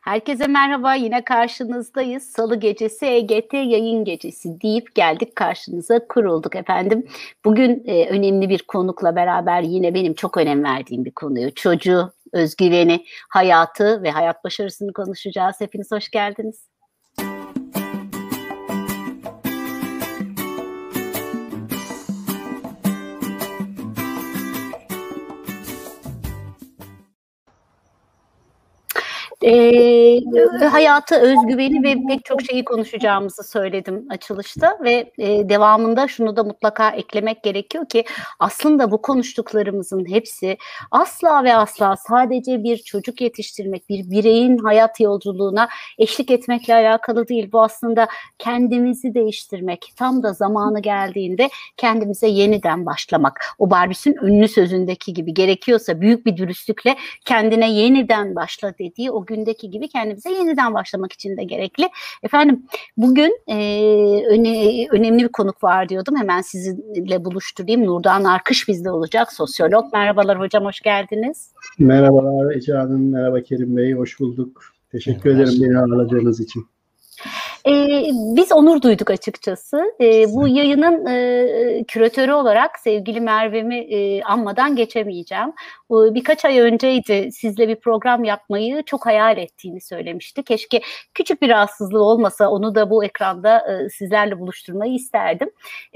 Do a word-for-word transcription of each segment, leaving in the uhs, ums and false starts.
Herkese merhaba, yine karşınızdayız. Salı gecesi E G T yayın gecesi deyip geldik karşınıza, kurulduk efendim. Bugün e, önemli bir konukla beraber yine benim çok önem verdiğim bir konuyu, çocuğu, özgüveni, hayatı ve hayat başarısını konuşacağız. Hepiniz hoş geldiniz. E, hayatı, özgüveni ve pek çok şeyi konuşacağımızı söyledim açılışta ve e, devamında şunu da mutlaka eklemek gerekiyor ki aslında bu konuştuklarımızın hepsi asla ve asla sadece bir çocuk yetiştirmek, bir bireyin hayat yolculuğuna eşlik etmekle alakalı değil. Bu aslında kendimizi değiştirmek, tam da zamanı geldiğinde kendimize yeniden başlamak. O Barbie'sinin ünlü sözündeki gibi, gerekiyorsa büyük bir dürüstlükle kendine yeniden başla dediği o gündeki gibi kendimize yeniden başlamak için de gerekli. Efendim bugün e, öne, önemli bir konuk var diyordum. Hemen sizinle buluşturayım. Nurdan Arkış bizde olacak. Sosyolog. Merhabalar hocam, hoş geldiniz. Merhabalar Ece Hanım, merhaba Kerim Bey, hoş bulduk. Teşekkür Merhaba. ederim beni ağırladığınız için. Ee, biz onur duyduk açıkçası. Ee, bu yayının e, küratörü olarak sevgili Merve'mi e, anmadan geçemeyeceğim. Ee, birkaç ay önceydi sizle bir program yapmayı çok hayal ettiğini söylemişti. Keşke küçük bir rahatsızlığı olmasa onu da bu ekranda e, sizlerle buluşturmayı isterdim.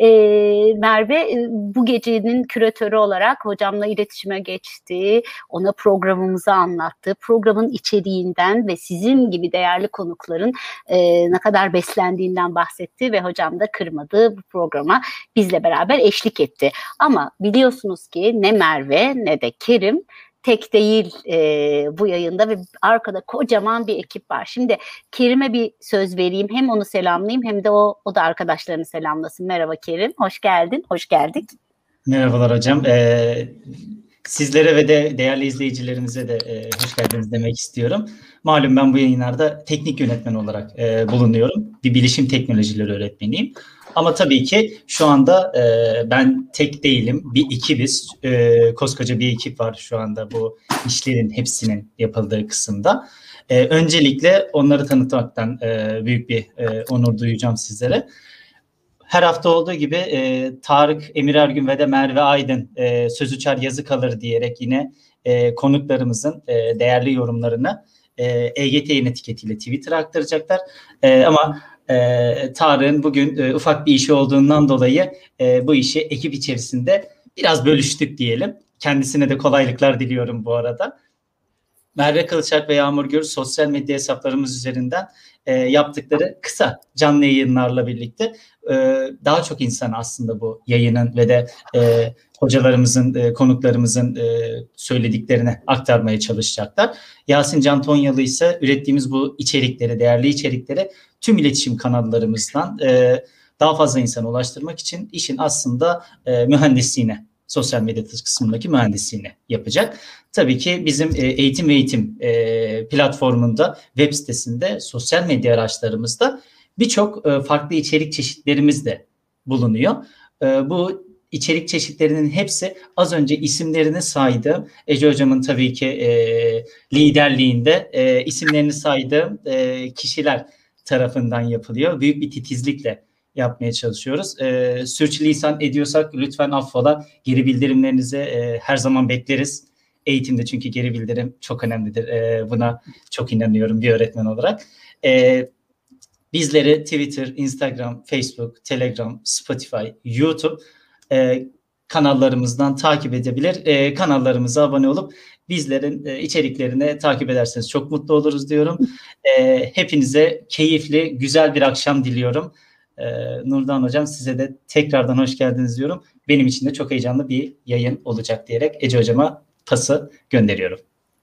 Ee, Merve e, bu gecenin küratörü olarak hocamla iletişime geçti. Ona programımızı anlattı. Programın içeriğinden ve sizin gibi değerli konukların e, ne kadar beslendiğinden bahsetti ve hocam da kırmadı, bu programa bizle beraber eşlik etti. Ama biliyorsunuz ki ne Merve ne de Kerim tek değil e, bu yayında ve arkada kocaman bir ekip var. Şimdi Kerim'e bir söz vereyim, hem onu selamlayayım hem de o, o da arkadaşlarını selamlasın. Merhaba Kerim, hoş geldin, hoş geldik. Merhabalar hocam. Ee, sizlere ve de değerli izleyicilerimize de e, hoş geldiniz demek istiyorum. Malum ben bu yayınlarda teknik yönetmen olarak e, bulunuyorum. Bir bilişim teknolojileri öğretmeniyim. Ama tabii ki şu anda e, ben tek değilim. Bir ekibiz. E, koskoca bir ekip var şu anda bu işlerin hepsinin yapıldığı kısımda. E, öncelikle onları tanıtmaktan e, büyük bir e, onur duyacağım sizlere. Her hafta olduğu gibi e, Tarık Emir Ergün ve de Merve Aydın e, söz uçar yazı kalır diyerek yine e, konuklarımızın e, değerli yorumlarını e, E G T yayın etiketiyle Twitter'a aktaracaklar. E, ama e, Tarık'ın bugün e, ufak bir işi olduğundan dolayı e, bu işi ekip içerisinde biraz bölüştük diyelim. Kendisine de kolaylıklar diliyorum bu arada. Merve Kılıçak ve Yağmur Gür sosyal medya hesaplarımız üzerinden e, yaptıkları kısa canlı yayınlarla birlikte e, daha çok insan aslında bu yayının ve de e, hocalarımızın, e, konuklarımızın e, söylediklerini aktarmaya çalışacaklar. Yasin Can Tonyalı ise ürettiğimiz bu içerikleri, değerli içerikleri tüm iletişim kanallarımızdan e, daha fazla insana ulaştırmak için işin aslında e, mühendisliğine, sosyal medya kısmındaki mühendisliğini yapacak. Tabii ki bizim eğitim ve eğitim e, platformunda, web sitesinde, sosyal medya araçlarımızda birçok e, farklı içerik çeşitlerimiz de bulunuyor. E, bu içerik çeşitlerinin hepsi az önce isimlerini saydığım, Ece Hocam'ın tabii ki e, liderliğinde e, isimlerini saydığım e, kişiler tarafından yapılıyor. Büyük bir titizlikle yapmaya çalışıyoruz. E, sürçülisan ediyorsak lütfen affola. Geri bildirimlerinizi e, her zaman bekleriz. Eğitimde çünkü geri bildirim çok önemlidir. E, buna çok inanıyorum bir öğretmen olarak. E, bizleri Twitter, Instagram, Facebook, Telegram, Spotify, YouTube e, kanallarımızdan takip edebilir. E, kanallarımıza abone olup bizlerin e, içeriklerini takip ederseniz çok mutlu oluruz diyorum. E, hepinize keyifli, güzel bir akşam diliyorum. Ee, Nurdan Hocam, size de tekrardan hoş geldiniz diyorum. Benim için de çok heyecanlı bir yayın olacak diyerek Ece Hocam'a pası gönderiyorum.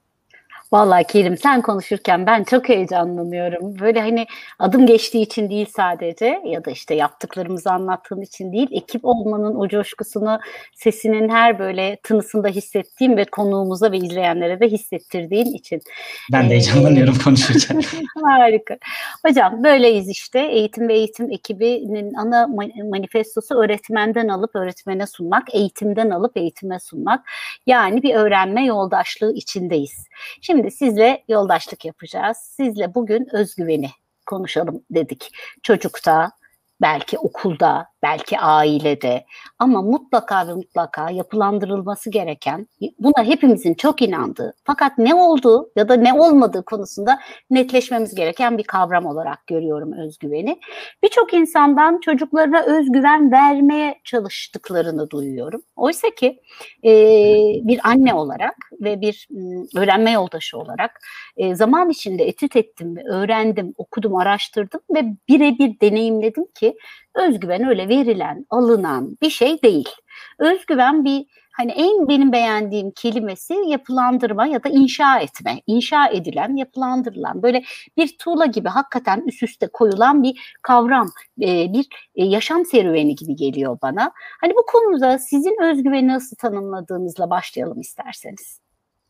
Vallahi Kerim, sen konuşurken ben çok heyecanlanıyorum. Böyle hani adım geçtiği için değil sadece, ya da işte yaptıklarımızı anlattığın için değil, ekip olmanın o coşkusunu sesinin her böyle tınısında hissettiğim ve konuğumuza ve izleyenlere de hissettirdiğin için. Ben de heyecanlanıyorum ee, konuşurken. Harika. Hocam böyleyiz işte. Eğitim ve eğitim ekibinin ana manifestosu öğretmenden alıp öğretmene sunmak, eğitimden alıp eğitime sunmak. Yani bir öğrenme yoldaşlığı içindeyiz. Şimdi Şimdi sizle yoldaşlık yapacağız. Sizle bugün özgüveni konuşalım dedik. Çocukta, belki okulda, belki ailede ama mutlaka ve mutlaka yapılandırılması gereken, buna hepimizin çok inandığı fakat ne olduğu ya da ne olmadığı konusunda netleşmemiz gereken bir kavram olarak görüyorum özgüveni. Birçok insandan çocuklarına özgüven vermeye çalıştıklarını duyuyorum. Oysa ki e, bir anne olarak ve bir m, öğrenme yoldaşı olarak e, zaman içinde etüt ettim ve öğrendim, okudum, araştırdım ve birebir deneyimledim ki özgüven öyle verilen, alınan bir şey değil. Özgüven bir, hani en benim beğendiğim kelimesi yapılandırma ya da inşa etme. İnşa edilen, yapılandırılan, böyle bir tuğla gibi hakikaten üst üste koyulan bir kavram, bir yaşam serüveni gibi geliyor bana. Hani bu konuda sizin özgüveni nasıl tanımladığınızla başlayalım isterseniz.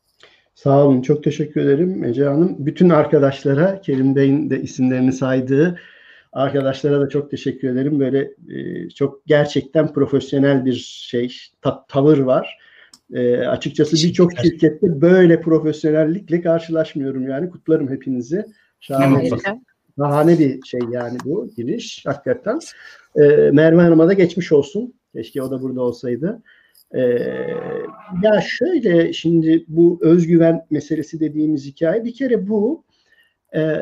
Sağ olun, çok teşekkür ederim Ece Hanım. Bütün arkadaşlara, Kerim Bey'in de isimlerini saydığı arkadaşlara da çok teşekkür ederim. Böyle e, çok gerçekten profesyonel bir şey, ta- tavır var. E, açıkçası birçok şirkette böyle profesyonellikle karşılaşmıyorum yani. Kutlarım hepinizi. Şahane bir, şahane bir şey yani bu giriş hakikaten. E, Merve Hanım'a da geçmiş olsun. Keşke o da burada olsaydı. E, ya şöyle, şimdi bu özgüven meselesi dediğimiz hikaye, bir kere bu e,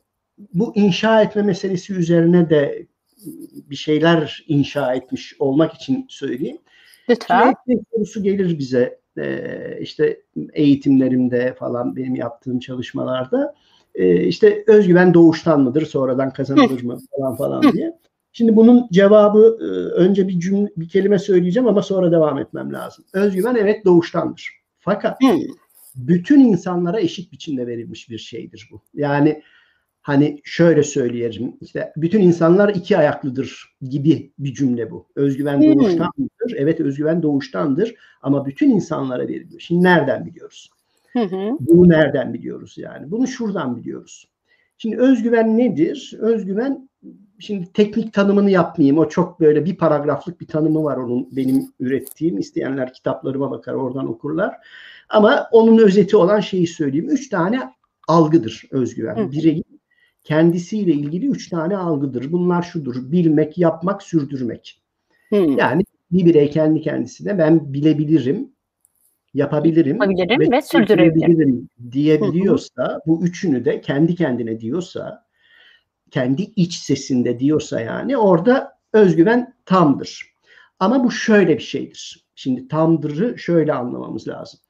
bu inşa etme meselesi üzerine de bir şeyler inşa etmiş olmak için söyleyeyim. Lütfen. Sürekli sorusu gelir bize ee, işte eğitimlerimde falan, benim yaptığım çalışmalarda ee, işte özgüven doğuştan mıdır, sonradan kazanılır mı falan falan diye. Şimdi bunun cevabı, e, önce bir cümle, bir kelime söyleyeceğim ama sonra devam etmem lazım. Özgüven evet doğuştandır. Fakat bütün insanlara eşit biçimde verilmiş bir şeydir bu. Yani hani şöyle söyleyelim, işte bütün insanlar iki ayaklıdır gibi bir cümle bu. Özgüven hmm. doğuştandır. Evet, özgüven doğuştandır ama bütün insanlara veriliyor. Şimdi nereden biliyoruz? Hı hı. Bunu nereden biliyoruz yani? Bunu şuradan biliyoruz. Şimdi özgüven nedir? Özgüven, şimdi teknik tanımını yapmayayım. O çok böyle bir paragraflık bir tanımı var onun, benim ürettiğim. İsteyenler kitaplarıma bakar, oradan okurlar. Ama onun özeti olan şeyi söyleyeyim. Üç tane algıdır özgüven. Hı. Bireyin kendisiyle ilgili üç tane algıdır. Bunlar şudur: bilmek, yapmak, sürdürmek. Hmm. Yani bir birey kendi kendisine ben bilebilirim, yapabilirim, yapabilirim ve, ve sürdürebilirim diyebiliyorsa, hı hı. bu üçünü de kendi kendine diyorsa, kendi iç sesinde diyorsa, yani orada özgüven tamdır. Ama bu şöyle bir şeydir. Şimdi tamdırı şöyle anlamamız lazım.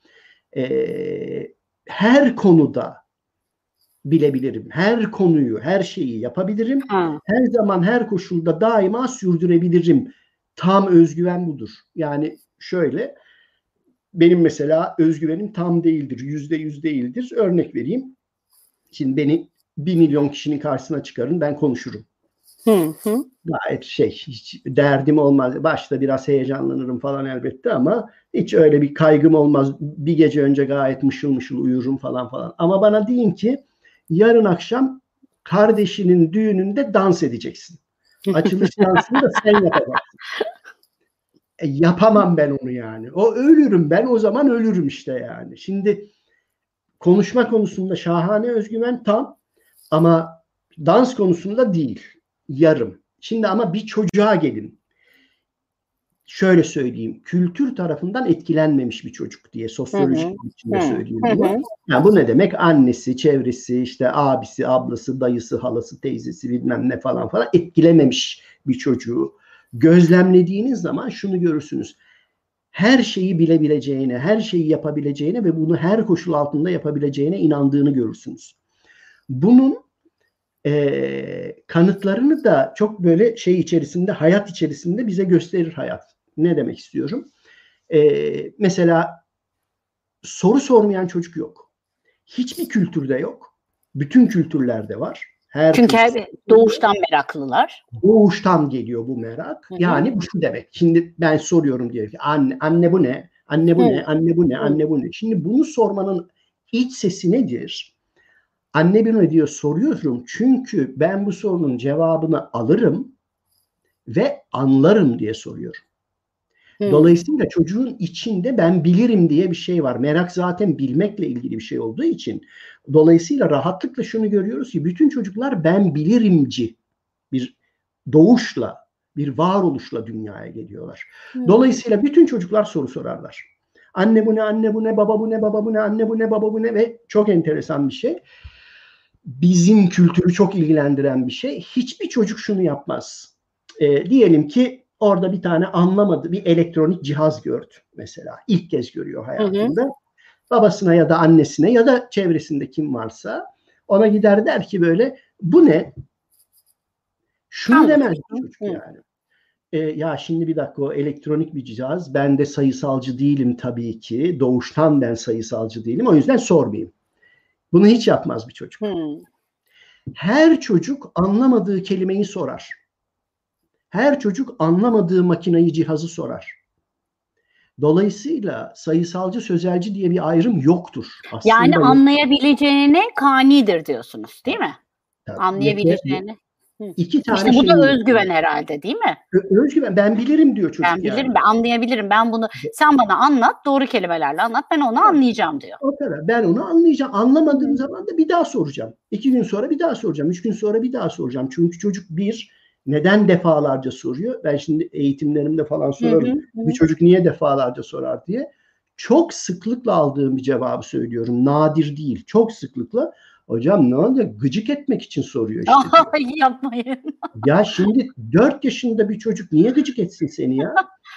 Ee, her konuda bilebilirim. Her konuyu, her şeyi yapabilirim. Ha. Her zaman, her koşulda daima sürdürebilirim. Tam özgüven budur. Yani şöyle, benim mesela özgüvenim tam değildir. Yüzde yüz değildir. Örnek vereyim. Şimdi beni bir milyon kişinin karşısına çıkarın, ben konuşurum. Hı hı. Gayet şey, hiç derdim olmaz. Başta biraz heyecanlanırım falan elbette ama hiç öyle bir kaygım olmaz. Bir gece önce gayet mışıl mışıl uyurum falan falan. Ama bana deyin ki yarın akşam kardeşinin düğününde dans edeceksin. Açılış dansını da sen yapacaksın. E, yapamam ben onu yani. O ölürüm ben, o zaman ölürüm işte yani. Şimdi konuşma konusunda şahane özgüven tam ama dans konusunda değil. Yarım. Şimdi ama bir çocuğa gelin. Şöyle söyleyeyim. Kültür tarafından etkilenmemiş bir çocuk diye sosyolojik içinde söyleyeyim bunu. Yani bu ne demek? Annesi, çevresi, işte abisi, ablası, dayısı, halası, teyzesi, bilmem ne falan falan etkilememiş bir çocuğu gözlemlediğiniz zaman şunu görürsünüz: her şeyi bilebileceğine, her şeyi yapabileceğine ve bunu her koşul altında yapabileceğine inandığını görürsünüz. Bunun e, kanıtlarını da çok böyle şey içerisinde, hayat içerisinde bize gösterir hayat. Ne demek istiyorum? E, mesela soru sormayan çocuk yok. Hiçbir kültürde yok. Bütün kültürlerde var. Her Çünkü kültürde doğuştan meraklılar. Doğuştan geliyor bu merak. Hı hı. Yani bu şu demek. Şimdi ben soruyorum diye ki anne, anne bu ne? Anne bu Hı. ne? Anne bu ne? Hı. Anne bu ne? Şimdi bunu sormanın iç sesi nedir? Anne bu ne diyor soruyorum. Çünkü ben bu sorunun cevabını alırım ve anlarım diye soruyorum. Hmm. Dolayısıyla çocuğun içinde ben bilirim diye bir şey var. Merak zaten bilmekle ilgili bir şey olduğu için. Dolayısıyla rahatlıkla şunu görüyoruz ki bütün çocuklar ben bilirimci bir doğuşla, bir varoluşla dünyaya geliyorlar. Hmm. Dolayısıyla bütün çocuklar soru sorarlar. Anne bu ne, anne bu ne, baba bu ne, baba bu ne, anne bu ne, baba bu ne ve çok enteresan bir şey. Bizim kültürü çok ilgilendiren bir şey. Hiçbir çocuk şunu yapmaz. E, diyelim ki orada bir tane anlamadığı bir elektronik cihaz gördü mesela. İlk kez görüyor hayatında. Hı hı. Babasına ya da annesine ya da çevresinde kim varsa ona gider der ki böyle bu ne? Şunu Anladım. demez çocuk yani. E, ya şimdi bir dakika o elektronik bir cihaz. Ben de sayısalcı değilim tabii ki. Doğuştan ben sayısalcı değilim. O yüzden sormayayım. Bunu hiç yapmaz bir çocuk. Hmm. Her çocuk anlamadığı kelimeyi sorar. Her çocuk anlamadığı makinayı, cihazı sorar. Dolayısıyla sayısalcı, sözelci diye bir ayrım yoktur. Aslında yani yok. Anlayabileceğine kanidir diyorsunuz, değil mi? Tabii. Anlayabileceğine. İki tane işte bu da özgüven yapıyor. Herhalde, değil mi? Özgüven. Ben bilirim diyor çocuk. Ben bilirim, yani. Ben anlayabilirim. Ben bunu sen bana anlat, doğru kelimelerle anlat. Ben onu anlayacağım diyor. O kadar. Ben onu anlayacağım. Anlamadığım Hı. zaman da bir daha soracağım. İki gün sonra bir daha soracağım. Üç gün sonra bir daha soracağım. Çünkü çocuk bir, neden defalarca soruyor? Ben şimdi eğitimlerimde falan sorarım. Hı hı, hı. Bir çocuk niye defalarca sorar diye. Çok sıklıkla aldığım bir cevabı söylüyorum. Nadir değil. Çok sıklıkla. Hocam ne oldu? Gıcık etmek için soruyor işte. Yapmayın. Ya şimdi dört yaşında bir çocuk niye gıcık etsin seni ya?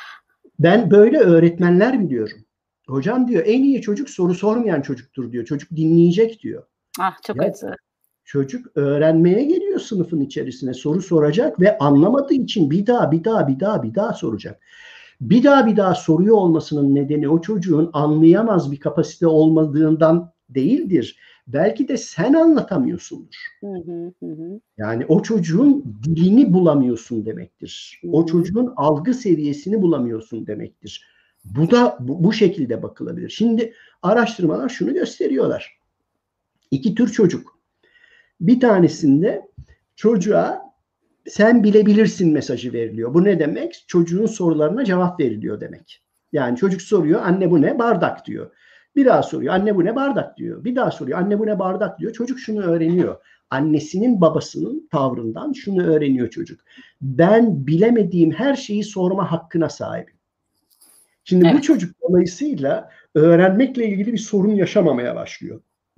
Ben böyle öğretmenler biliyorum. Hocam diyor en iyi çocuk soru sormayan çocuktur diyor. Çocuk dinleyecek diyor. Ah çok acı. Çocuk öğrenmeye geliyor sınıfın içerisine. Soru soracak ve anlamadığı için bir daha bir daha bir daha bir daha soracak. Bir daha bir daha soruyor olmasının nedeni o çocuğun anlayamaz bir kapasite olmadığından değildir. Belki de sen anlatamıyorsundur. Hı hı hı. Yani o çocuğun dilini bulamıyorsun demektir. Hı hı. O çocuğun algı seviyesini bulamıyorsun demektir. Bu da bu, bu şekilde bakılabilir. Şimdi araştırmalar şunu gösteriyorlar. İki tür çocuk. Bir tanesinde çocuğa sen bilebilirsin mesajı veriliyor. Bu ne demek? Çocuğun sorularına cevap veriliyor demek. Yani çocuk soruyor, anne bu ne? Bardak diyor. Bir daha soruyor, anne bu ne? Bardak diyor. Bir daha soruyor, anne bu ne? Bardak diyor. Çocuk şunu öğreniyor. Annesinin babasının tavrından şunu öğreniyor çocuk. Ben bilemediğim her şeyi sorma hakkına sahibim. Şimdi evet. Bu çocuk dolayısıyla öğrenmekle ilgili bir sorun yaşamamaya başlıyor.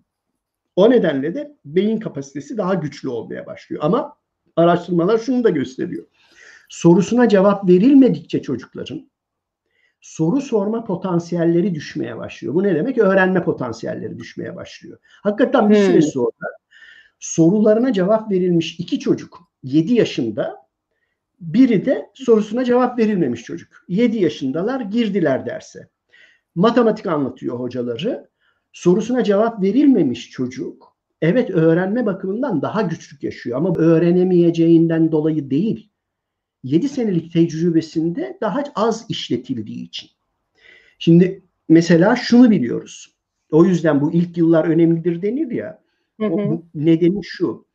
O nedenle de beyin kapasitesi daha güçlü olmaya başlıyor. Ama araştırmalar şunu da gösteriyor. Sorusuna cevap verilmedikçe çocukların soru sorma potansiyelleri düşmeye başlıyor. Bu ne demek? Öğrenme potansiyelleri düşmeye başlıyor. Hakikaten bir süre sonra sorularına cevap verilmiş iki çocuk yedi yaşında, biri de sorusuna cevap verilmemiş çocuk. yedi yaşındalar, girdiler derse. Matematik anlatıyor hocaları. Sorusuna cevap verilmemiş çocuk, evet öğrenme bakımından daha güçlük yaşıyor ama öğrenemeyeceğinden dolayı değil. yedi senelik tecrübesinde daha az işletildiği için. Şimdi mesela şunu biliyoruz. O yüzden bu ilk yıllar önemlidir denir ya. Hı hı. O, nedeni şu.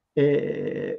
E,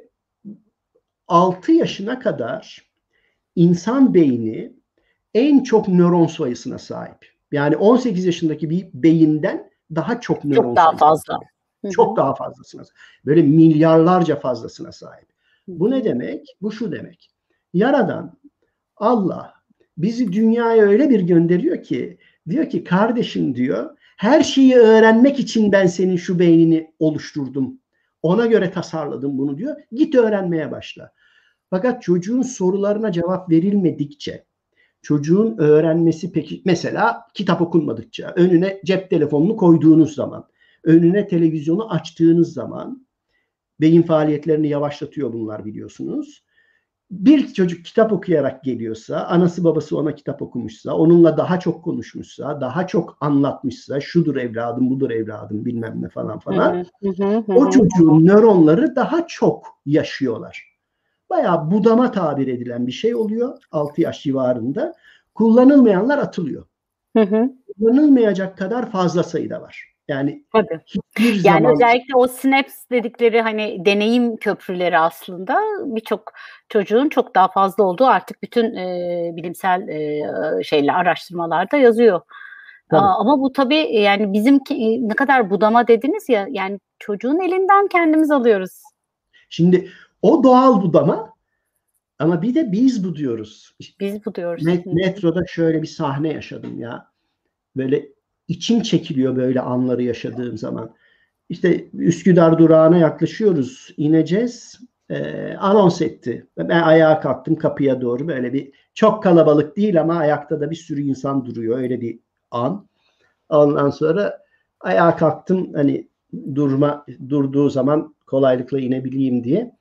altı yaşına kadar insan beyni en çok nöron sayısına sahip. Yani on sekiz yaşındaki bir beyinden daha çok nöron çok daha fazla. Hı-hı. Çok daha fazlasına. Böyle milyarlarca fazlasına sahip. Hı-hı. Bu ne demek? Bu şu demek. Yaradan Allah bizi dünyaya öyle bir gönderiyor ki diyor ki kardeşim diyor her şeyi öğrenmek için ben senin şu beynini oluşturdum. Ona göre tasarladım bunu diyor. Git öğrenmeye başla. Fakat çocuğun sorularına cevap verilmedikçe çocuğun öğrenmesi peki mesela kitap okunmadıkça, önüne cep telefonunu koyduğunuz zaman, önüne televizyonu açtığınız zaman beyin faaliyetlerini yavaşlatıyor bunlar biliyorsunuz. Bir çocuk kitap okuyarak geliyorsa, anası babası ona kitap okumuşsa, onunla daha çok konuşmuşsa, daha çok anlatmışsa, şudur evladım, budur evladım bilmem ne falan falan. Hı hı, hı, o çocuğun nöronları daha çok yaşıyorlar. Bayağı budama tabir edilen bir şey oluyor altı yaş civarında. Kullanılmayanlar atılıyor. Hı hı. Kullanılmayacak kadar fazla sayıda var. Yani Tabii. hiçbir Yani zaman özellikle o SNAPS dedikleri hani deneyim köprüleri aslında birçok çocuğun çok daha fazla olduğu artık bütün e, bilimsel e, şeyler araştırmalarda yazıyor. Tabii. Aa, ama bu tabii yani bizimki ne kadar budama dediniz ya, yani çocuğun elinden kendimiz alıyoruz. Şimdi o doğal budama, ama bir de biz bu diyoruz. Biz bu diyoruz. Met- metroda şöyle bir sahne yaşadım ya. Böyle içim çekiliyor böyle anları yaşadığım zaman. İşte Üsküdar durağına yaklaşıyoruz, ineceğiz. Ee, anons etti. Ben ayağa kalktım kapıya doğru, böyle bir çok kalabalık değil ama ayakta da bir sürü insan duruyor, öyle bir an. Ondan sonra ayağa kalktım, hani durma durduğu zaman kolaylıkla inebileyim diye.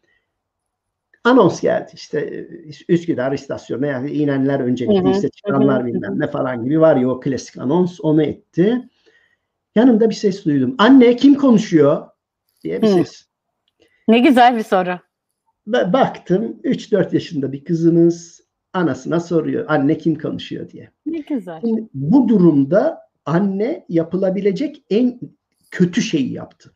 Anons geldi işte, Üsküdar istasyonuna yani inenler öncelikli, işte çıkanlar bilmem ne falan gibi var ya, o klasik anons, onu etti. Yanımda bir ses duydum. Anne kim konuşuyor diye bir Hı. ses. Ne güzel bir soru. Baktım üç dört yaşında bir kızımız anasına soruyor. Anne kim konuşuyor diye. Ne güzel. Şimdi bu durumda anne yapılabilecek en kötü şeyi yaptı.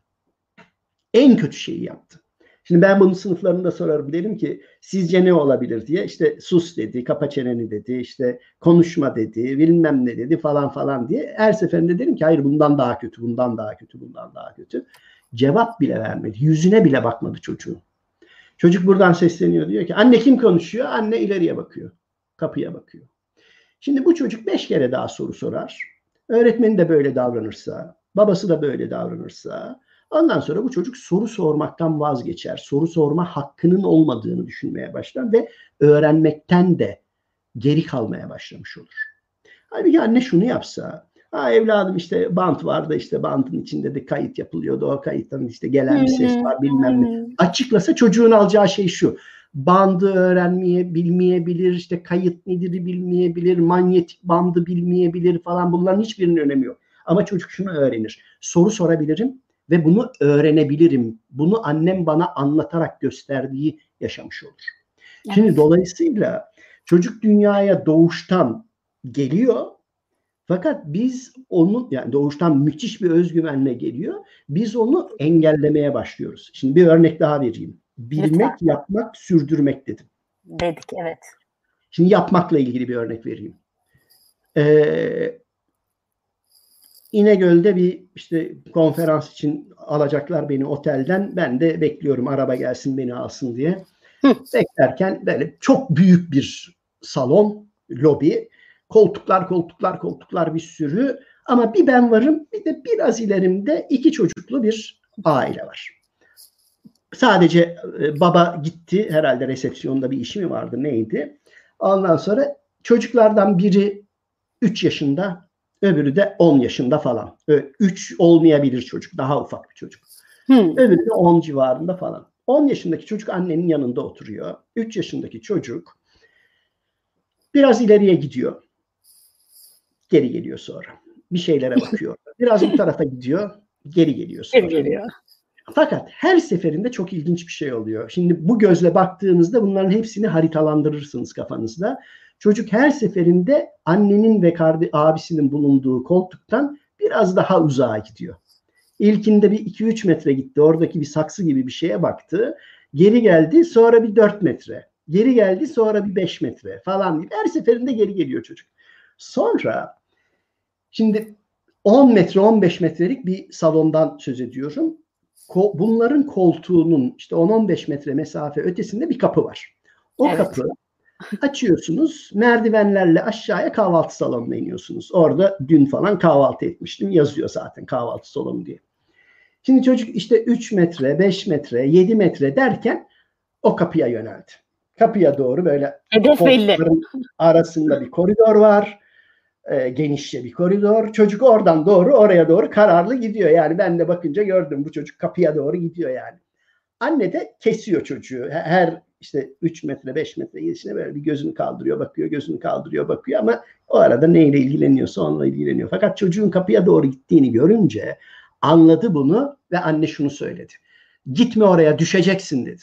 En kötü şeyi yaptı. Şimdi ben bunun sınıflarında sorarım. Derim ki sizce ne olabilir diye. İşte sus dedi, kapa çeneni dedi, işte konuşma dedi, bilmem ne dedi falan falan diye. Her seferinde derim ki hayır, bundan daha kötü, bundan daha kötü, bundan daha kötü. Cevap bile vermedi. Yüzüne bile bakmadı çocuğun. Çocuk buradan sesleniyor, diyor ki anne kim konuşuyor? Anne ileriye bakıyor. Kapıya bakıyor. Şimdi bu çocuk beş kere daha soru sorar. Öğretmeni de böyle davranırsa, babası da böyle davranırsa, ondan sonra bu çocuk soru sormaktan vazgeçer. Soru sorma hakkının olmadığını düşünmeye başlar ve öğrenmekten de geri kalmaya başlamış olur. Halbuki anne şunu yapsa, ha evladım işte bant var da işte bantın içinde de kayıt yapılıyordu, o kayıttan işte gelen bir ses var bilmem ne. Açıklasa çocuğun alacağı şey şu: bandı öğrenmeye bilmeyebilir, işte kayıt nedir bilmeyebilir, manyetik bandı bilmeyebilir falan, bunların hiçbirinin önemi yok. Ama çocuk şunu öğrenir: soru sorabilirim ve bunu öğrenebilirim. Bunu annem bana anlatarak gösterdiği yaşamış olur. Evet. Şimdi dolayısıyla çocuk dünyaya doğuştan geliyor. Fakat biz onu, yani doğuştan müthiş bir özgüvenle geliyor. Biz onu engellemeye başlıyoruz. Şimdi bir örnek daha vereyim. Bilmek, lütfen. Yapmak, sürdürmek dedim. Dedik, evet. Şimdi yapmakla ilgili bir örnek vereyim. Ee, İnegöl'de bir işte konferans için alacaklar beni otelden. Ben de bekliyorum araba gelsin beni alsın diye. Hı. Beklerken böyle çok büyük bir salon, lobi. Koltuklar, koltuklar, koltuklar bir sürü. Ama bir ben varım, bir de biraz ilerimde iki çocuklu bir aile var. Sadece baba gitti. Herhalde resepsiyonda bir işi mi vardı, neydi? Ondan sonra çocuklardan biri üç yaşında, öbürü de on yaşında falan. üç olmayabilir çocuk, daha ufak bir çocuk. Hmm. Öbürü de on civarında falan. on yaşındaki çocuk annenin yanında oturuyor. üç yaşındaki çocuk biraz ileriye gidiyor. Geri geliyor sonra. Bir şeylere bakıyor. Biraz bu tarafa gidiyor. Geri geliyor sonra. Geri geliyor. Fakat her seferinde çok ilginç bir şey oluyor. Şimdi bu gözle baktığınızda bunların hepsini haritalandırırsınız kafanızda. Çocuk her seferinde annenin ve kardeş, abisinin bulunduğu koltuktan biraz daha uzağa gidiyor. İlkinde bir iki üç metre gitti. Oradaki bir saksı gibi bir şeye baktı. Geri geldi, sonra bir dört metre. Geri geldi, sonra bir beş metre falan gibi. Her seferinde geri geliyor çocuk. Sonra şimdi on metre on beş metrelik bir salondan söz ediyorum. Bunların koltuğunun işte on on beş metre mesafe ötesinde bir kapı var. O evet. Kapı açıyorsunuz, merdivenlerle aşağıya kahvaltı salonuna iniyorsunuz. Orada dün falan kahvaltı etmiştim. Yazıyor zaten kahvaltı salonu diye. Şimdi çocuk işte üç metre, beş metre, yedi metre derken o kapıya yöneldi. Kapıya doğru böyle koltukların arasında bir koridor var. E, genişçe bir koridor. Çocuk oradan doğru, oraya doğru kararlı gidiyor. Yani ben de bakınca gördüm, bu çocuk kapıya doğru gidiyor yani. Anne de kesiyor çocuğu. Her işte üç metre, beş metre gidişine böyle bir gözünü kaldırıyor, bakıyor, gözünü kaldırıyor, bakıyor ama o arada neyle ilgileniyorsa onunla ilgileniyor. Fakat çocuğun kapıya doğru gittiğini görünce anladı bunu ve anne şunu söyledi: gitme oraya, düşeceksin dedi.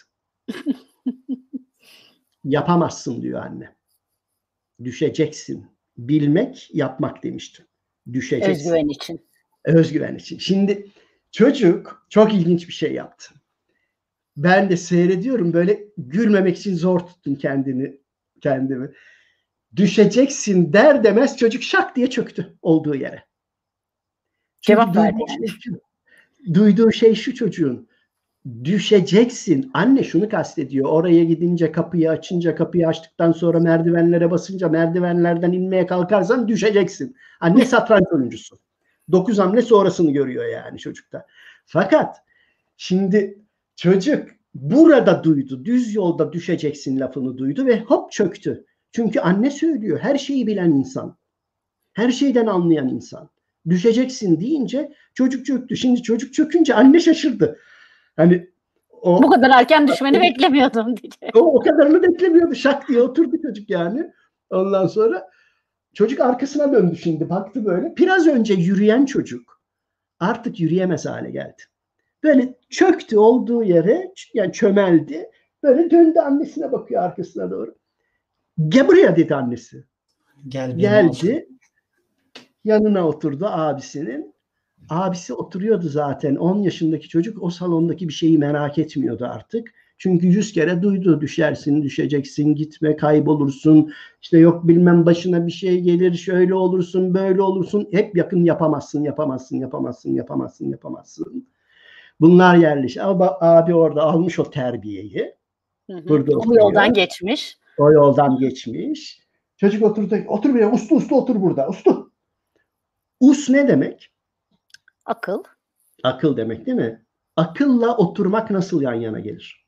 Yapamazsın diyor anne. Düşeceksin. Bilmek, yapmak demiştim. Düşeceksin. Özgüven için. Özgüven için. Şimdi çocuk çok ilginç bir şey yaptı. Ben de seyrediyorum, böyle gülmemek için zor tuttum kendini kendimi. Düşeceksin der demez çocuk şak diye çöktü olduğu yere. Çünkü Cevap verdi duyduğu, yani. şey şu, duyduğu şey şu çocuğun. Düşeceksin. Anne şunu kastediyor. Oraya gidince, kapıyı açınca, kapıyı açtıktan sonra merdivenlere basınca, merdivenlerden inmeye kalkarsan düşeceksin. Anne satranç oyuncusu. Dokuz hamle sonrasını görüyor yani çocukta. Fakat şimdi çocuk burada duydu. Düz yolda düşeceksin lafını duydu ve hop çöktü. Çünkü anne söylüyor. Her şeyi bilen insan. Her şeyden anlayan insan. Düşeceksin deyince çocuk çöktü. Şimdi çocuk çökünce anne şaşırdı. Hani o, bu kadar erken düşmeni beklemiyordum diyecek. O, o kadarını beklemiyordu. Şak diye oturdu çocuk yani. Ondan sonra çocuk arkasına döndü şimdi. Baktı böyle. Biraz önce yürüyen çocuk artık yürüyemez hale geldi. Böyle çöktü olduğu yere, yani çömeldi. Böyle döndü, annesine bakıyor arkasına doğru. Gel buraya dedi annesi. Gel Geldi. Yanına oturdu abisinin. Abisi oturuyordu zaten. on yaşındaki çocuk o salondaki bir şeyi merak etmiyordu artık. Çünkü yüz kere duydu. Düşersin, düşeceksin, gitme, kaybolursun. İşte yok bilmem başına bir şey gelir, şöyle olursun, böyle olursun. Hep yakın yapamazsın, yapamazsın, yapamazsın, yapamazsın, yapamazsın. Bunlar yerleşti. Ama abi orada almış o terbiyeyi. Hı hı. Burada o yoldan geçmiş. O yoldan geçmiş. Çocuk oturdu. Otur buraya. Uslu uslu otur burada. Uslu. Us ne demek? Akıl. Akıl demek değil mi? Akılla oturmak nasıl yan yana gelir?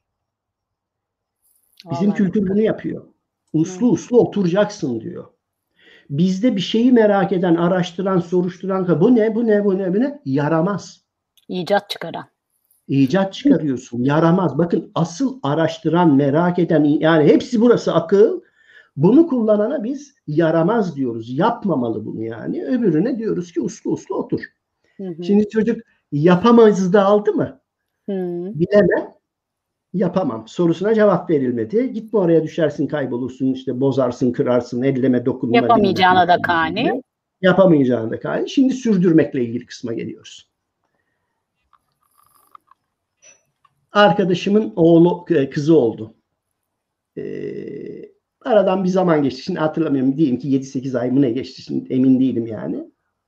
Bizim Vallahi kültür yok. bunu yapıyor. Uslu uslu oturacaksın diyor. Bizde bir şeyi merak eden, araştıran, soruşturan, bu ne, bu ne, bu ne, bu ne? Yaramaz. İcat çıkaran. İcat çıkarıyorsun. Yaramaz. Bakın asıl araştıran, merak eden, yani hepsi burası akıl. Bunu kullanana biz yaramaz diyoruz. Yapmamalı bunu yani. Öbürüne diyoruz ki uslu uslu otur. Hı hı. Şimdi çocuk yapamaz da aldı mı? Hı. Bilemem. Yapamam. Sorusuna cevap verilmedi. Gitme oraya, düşersin, kaybolursun, işte bozarsın, kırarsın, elleme, dokunma. Yapamayacağına da kani. Yapamayacağına da kani. Şimdi sürdürmekle ilgili kısma geliyoruz. Arkadaşımın oğlu, kızı oldu. Ee, aradan bir zaman geçti. Şimdi hatırlamıyorum. Diyeyim ki yedi sekiz ay mı ne geçti. Şimdi emin değilim yani.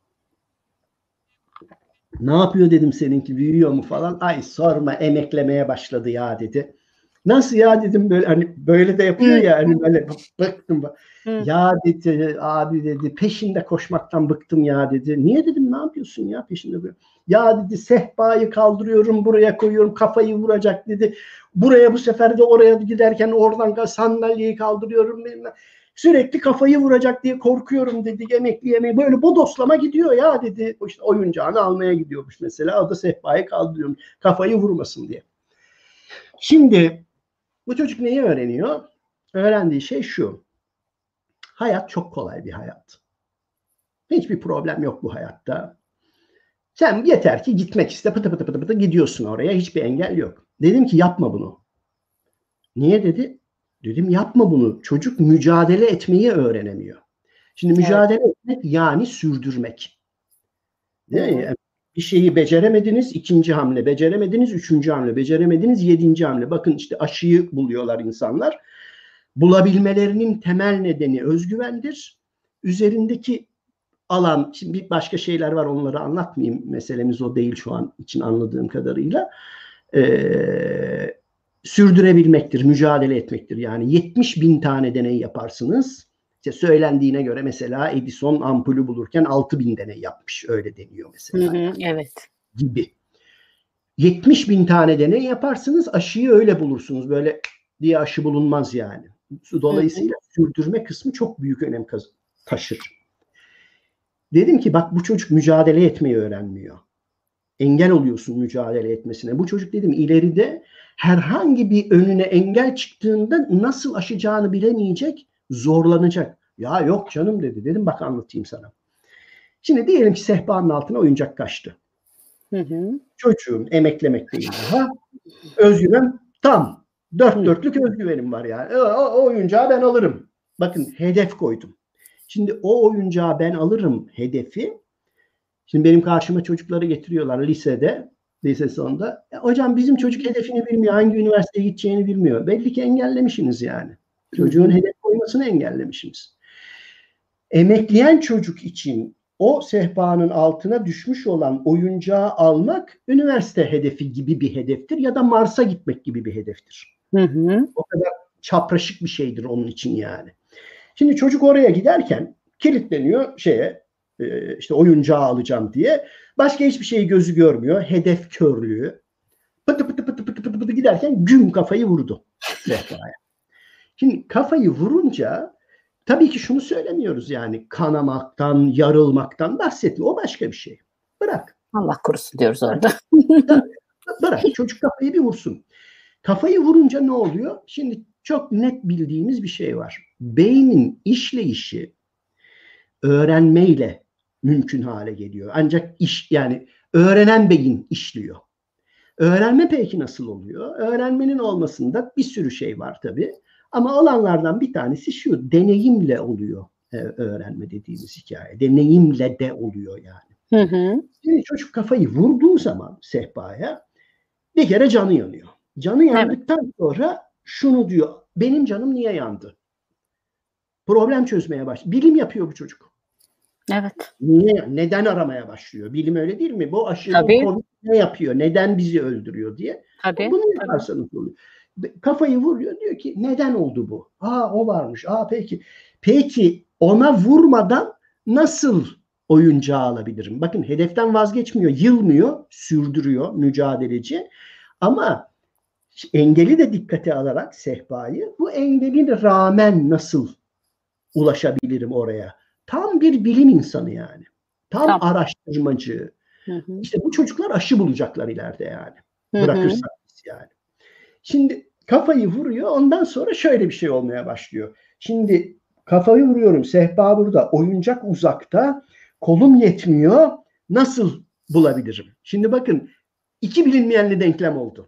Ne yapıyor dedim, seninki büyüyor mu falan. Ay sorma, emeklemeye başladı ya dedi. Nasıl ya dedim, böyle hani böyle de yapıyor ya hani böyle bıktım. Hı. Ya dedi abi dedi, peşinde koşmaktan bıktım ya dedi. Niye dedim, ne yapıyorsun ya peşinde böyle. Ya dedi sehpayı kaldırıyorum, buraya koyuyorum, kafayı vuracak dedi. Buraya bu sefer de oraya giderken oradan sandalyeyi kaldırıyorum bilmem. Sürekli kafayı vuracak diye korkuyorum dedi. Emekli yemeği böyle bodoslama gidiyor ya dedi. İşte oyuncağını almaya gidiyormuş mesela. O da sehpayı kaldırıyormuş, kafayı vurmasın diye. Şimdi bu çocuk neyi öğreniyor? Öğrendiği şey şu. Hayat çok kolay bir hayat. Hiçbir problem yok bu hayatta. Sen yeter ki gitmek iste, pıtı pıtı pıtı pıtı gidiyorsun oraya. Hiçbir engel yok. Dedim ki yapma bunu. Niye dedi? Dedim yapma bunu. Çocuk mücadele etmeyi öğrenemiyor. Şimdi mücadele evet. etmek yani sürdürmek. Değil mi? Yani bir şeyi beceremediniz, ikinci hamle beceremediniz, üçüncü hamle beceremediniz, yedinci hamle. Bakın işte aşıyı buluyorlar insanlar. Bulabilmelerinin temel nedeni özgüvendir. Üzerindeki alan, şimdi bir başka şeyler var, onları anlatmayayım. Meselemiz o değil şu an için anladığım kadarıyla. Ee, sürdürebilmektir, mücadele etmektir. Yani yetmiş bin tane deney yaparsınız. İşte söylendiğine göre mesela Edison ampulü bulurken altı bin deney yapmış. Öyle deniyor mesela. Hı hı, evet. Gibi. yetmiş bin tane deney yaparsınız, aşıyı öyle bulursunuz. Böyle diye aşı bulunmaz yani. Dolayısıyla hı hı. sürdürme kısmı çok büyük önem taşır. Dedim ki bak bu çocuk mücadele etmeyi öğrenmiyor. Engel oluyorsun mücadele etmesine. Bu çocuk dedim ileride herhangi bir önüne engel çıktığında nasıl aşacağını bilemeyecek, zorlanacak. Ya yok canım dedi. Dedim bak anlatayım sana. Şimdi diyelim ki sehpanın altına oyuncak kaçtı. Hı hı. Çocuğum emeklemekteyim daha. Özgüven tam. Dört hı. dörtlük özgüvenim var yani. O, o oyuncağı ben alırım. Bakın hedef koydum. Şimdi o oyuncağı ben alırım hedefi. Şimdi benim karşıma çocukları getiriyorlar lisede, lise sonunda. Ya hocam bizim çocuk hedefini bilmiyor, hangi üniversiteye gideceğini bilmiyor. Belli ki engellemişsiniz yani. Çocuğun Hı-hı. hedef koymasını engellemişsiniz. Emekleyen çocuk için o sehpanın altına düşmüş olan oyuncağı almak üniversite hedefi gibi bir hedeftir ya da Mars'a gitmek gibi bir hedeftir. Hı hı. O kadar çapraşık bir şeydir onun için yani. Şimdi çocuk oraya giderken kilitleniyor şeye, işte oyuncağı alacağım diye. Başka hiçbir şeyi gözü görmüyor. Hedef körlüğü. Pıtı pıtı pıtı pıtı pıtı pıtı giderken güm kafayı vurdu sehpaya. Şimdi kafayı vurunca tabii ki şunu söylemiyoruz yani kanamaktan, yarılmaktan bahsetmiyor. O başka bir şey. Bırak. Allah korusun diyoruz orada. Bırak. Çocuk kafayı bir vursun. Kafayı vurunca ne oluyor? Şimdi çok net bildiğimiz bir şey var. Beynin işleyişi öğrenmeyle mümkün hale geliyor. Ancak iş yani öğrenen beyin işliyor. Öğrenme peki nasıl oluyor? Öğrenmenin olmasında bir sürü şey var tabii. Ama olanlardan bir tanesi şu, deneyimle oluyor e, öğrenme dediğimiz hikaye. Deneyimle de oluyor yani. Hı hı. Şimdi çocuk kafayı vurduğu zaman sehpaya bir kere canı yanıyor. Canı yandıktan evet. sonra şunu diyor, benim canım niye yandı? Problem çözmeye başlıyor. Bilim yapıyor bu çocuk. Evet. Niye? Neden aramaya başlıyor? Bilim öyle değil mi? Bu aşı, bu Covid ne yapıyor? Neden bizi öldürüyor diye. Tabii. Bunu yaparsanız oluyor. Kafayı vuruyor, diyor ki neden oldu bu? Aa o varmış. Aa peki. Peki ona vurmadan nasıl oyuncağı alabilirim? Bakın hedeften vazgeçmiyor, yılmıyor, sürdürüyor mücadeleci. Ama engeli de dikkate alarak sehpayı, bu engelin rağmen nasıl ulaşabilirim oraya? Tam bir bilim insanı yani. Tam tamam. araştırmacı. Hı hı. İşte bu çocuklar aşı bulacaklar ileride yani. Hı hı. Bırakırsak biz yani. Şimdi kafayı vuruyor. Ondan sonra şöyle bir şey olmaya başlıyor. Şimdi kafayı vuruyorum. Sehpa burada. Oyuncak uzakta. Kolum yetmiyor. Nasıl bulabilirim? Şimdi bakın iki bilinmeyenli denklem oldu.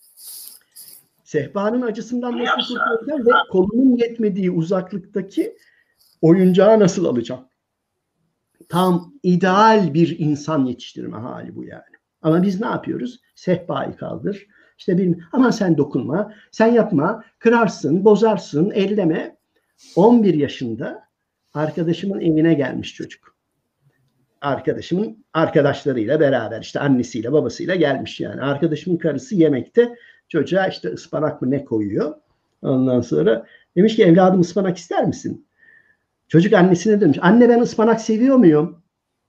Sehpanın acısından nasıl kurtulacağım ve kolumun yetmediği uzaklıktaki oyuncağı nasıl alacağım? Tam ideal bir insan yetiştirme hali bu yani. Ama biz ne yapıyoruz? Sehpayı kaldır. İşte bir, aman sen dokunma, sen yapma, kırarsın, bozarsın, elleme. on bir yaşında arkadaşımın evine gelmiş çocuk. Arkadaşımın arkadaşlarıyla beraber, işte annesiyle babasıyla gelmiş yani. Arkadaşımın karısı yemekte çocuğa işte ıspanak mı ne koyuyor. Ondan sonra demiş ki evladım ıspanak ister misin? Çocuk annesine demiş. Anne ben ıspanak seviyor muyum?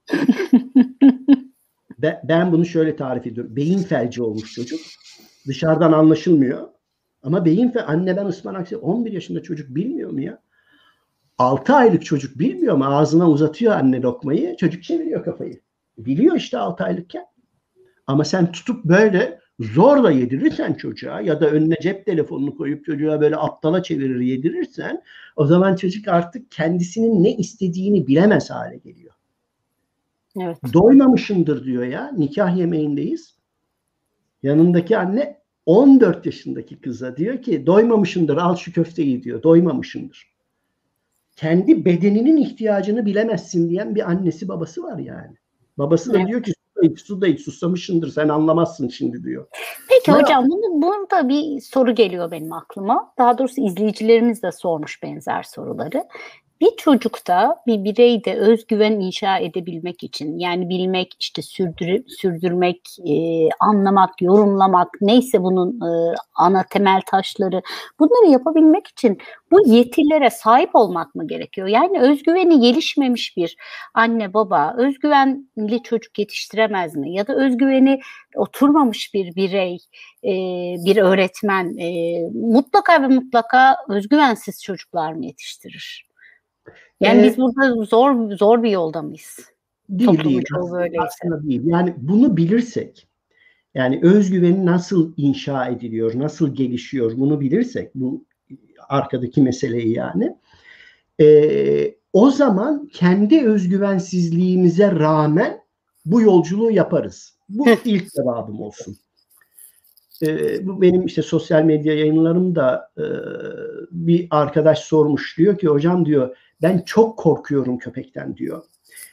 ben, ben bunu şöyle tarif ediyorum. Beyin felci olmuş çocuk. Dışarıdan anlaşılmıyor. Ama beyin felci. Anne ben ıspanak seviyorum. on bir yaşında çocuk bilmiyor mu ya? altı aylık çocuk bilmiyor mu? Ağzına uzatıyor anne lokmayı. Çocuk çeviriyor kafayı. Biliyor işte altı aylıkken. Ama sen tutup böyle zorla yedirirsen çocuğa ya da önüne cep telefonunu koyup çocuğa böyle aptala çevirir yedirirsen o zaman çocuk artık kendisinin ne istediğini bilemez hale geliyor. Evet. Doymamışımdır diyor ya. Nikah yemeğindeyiz. Yanındaki anne on dört yaşındaki kıza diyor ki doymamışımdır al şu köfteyi diyor. Doymamışımdır. Kendi bedeninin ihtiyacını bilemezsin diyen bir annesi babası var yani. Babası da evet. diyor ki su da iç, su da iç, susamışsındır sen anlamazsın şimdi diyor. Peki ya, hocam bunu, burada bir soru geliyor benim aklıma. Daha doğrusu izleyicilerimiz de sormuş benzer soruları. Bir çocukta, bir bireyde özgüven inşa edebilmek için, yani bilmek, işte sürdür, sürdürmek, e, anlamak, yorumlamak, neyse bunun e, ana temel taşları, bunları yapabilmek için bu yetilere sahip olmak mı gerekiyor? Yani özgüveni gelişmemiş bir anne baba özgüvenli çocuk yetiştiremez mi? Ya da özgüveni oturmamış bir birey, e, bir öğretmen e, mutlaka ve mutlaka özgüvensiz çocuklar mı yetiştirir? Yani ee, biz burada zor zor bir yolda mıyız? Değil, değil. Aslında, aslında değil. Yani bunu bilirsek, yani özgüveni nasıl inşa ediliyor, nasıl gelişiyor bunu bilirsek, bu arkadaki meseleyi yani, e, o zaman kendi özgüvensizliğimize rağmen bu yolculuğu yaparız. Bu ilk cevabım olsun. E, bu benim işte sosyal medya yayınlarımda e, bir arkadaş sormuş, diyor ki hocam diyor ben çok korkuyorum köpekten diyor.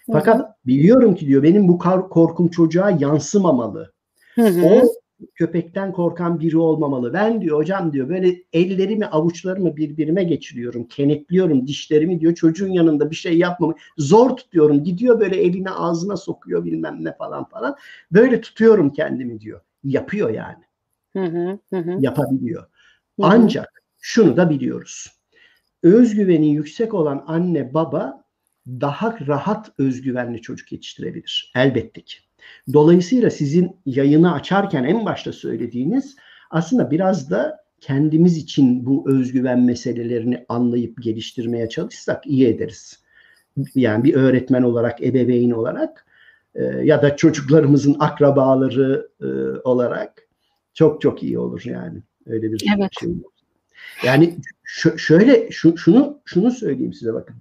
Fakat hı hı. biliyorum ki diyor benim bu korkum çocuğa yansımamalı. Hı hı. O köpekten korkan biri olmamalı. Ben diyor hocam diyor böyle ellerimi avuçlarımı birbirime geçiriyorum. Kenetliyorum dişlerimi diyor çocuğun yanında bir şey yapmamı. Zor tutuyorum. Gidiyor böyle elini ağzına sokuyor bilmem ne falan falan. Böyle tutuyorum kendimi diyor. Yapıyor yani. Hı hı, hı. Yapabiliyor. Hı hı. Ancak şunu da biliyoruz. Özgüveni yüksek olan anne baba daha rahat özgüvenli çocuk yetiştirebilir. Elbette ki. Dolayısıyla sizin yayını açarken en başta söylediğiniz aslında biraz da kendimiz için bu özgüven meselelerini anlayıp geliştirmeye çalışsak iyi ederiz. Yani bir öğretmen olarak, ebeveyn olarak e, ya da çocuklarımızın akrabaları e, olarak çok çok iyi olur yani. Öyle bir evet. şey. Yani ş- şöyle şu, şunu şunu söyleyeyim size bakın.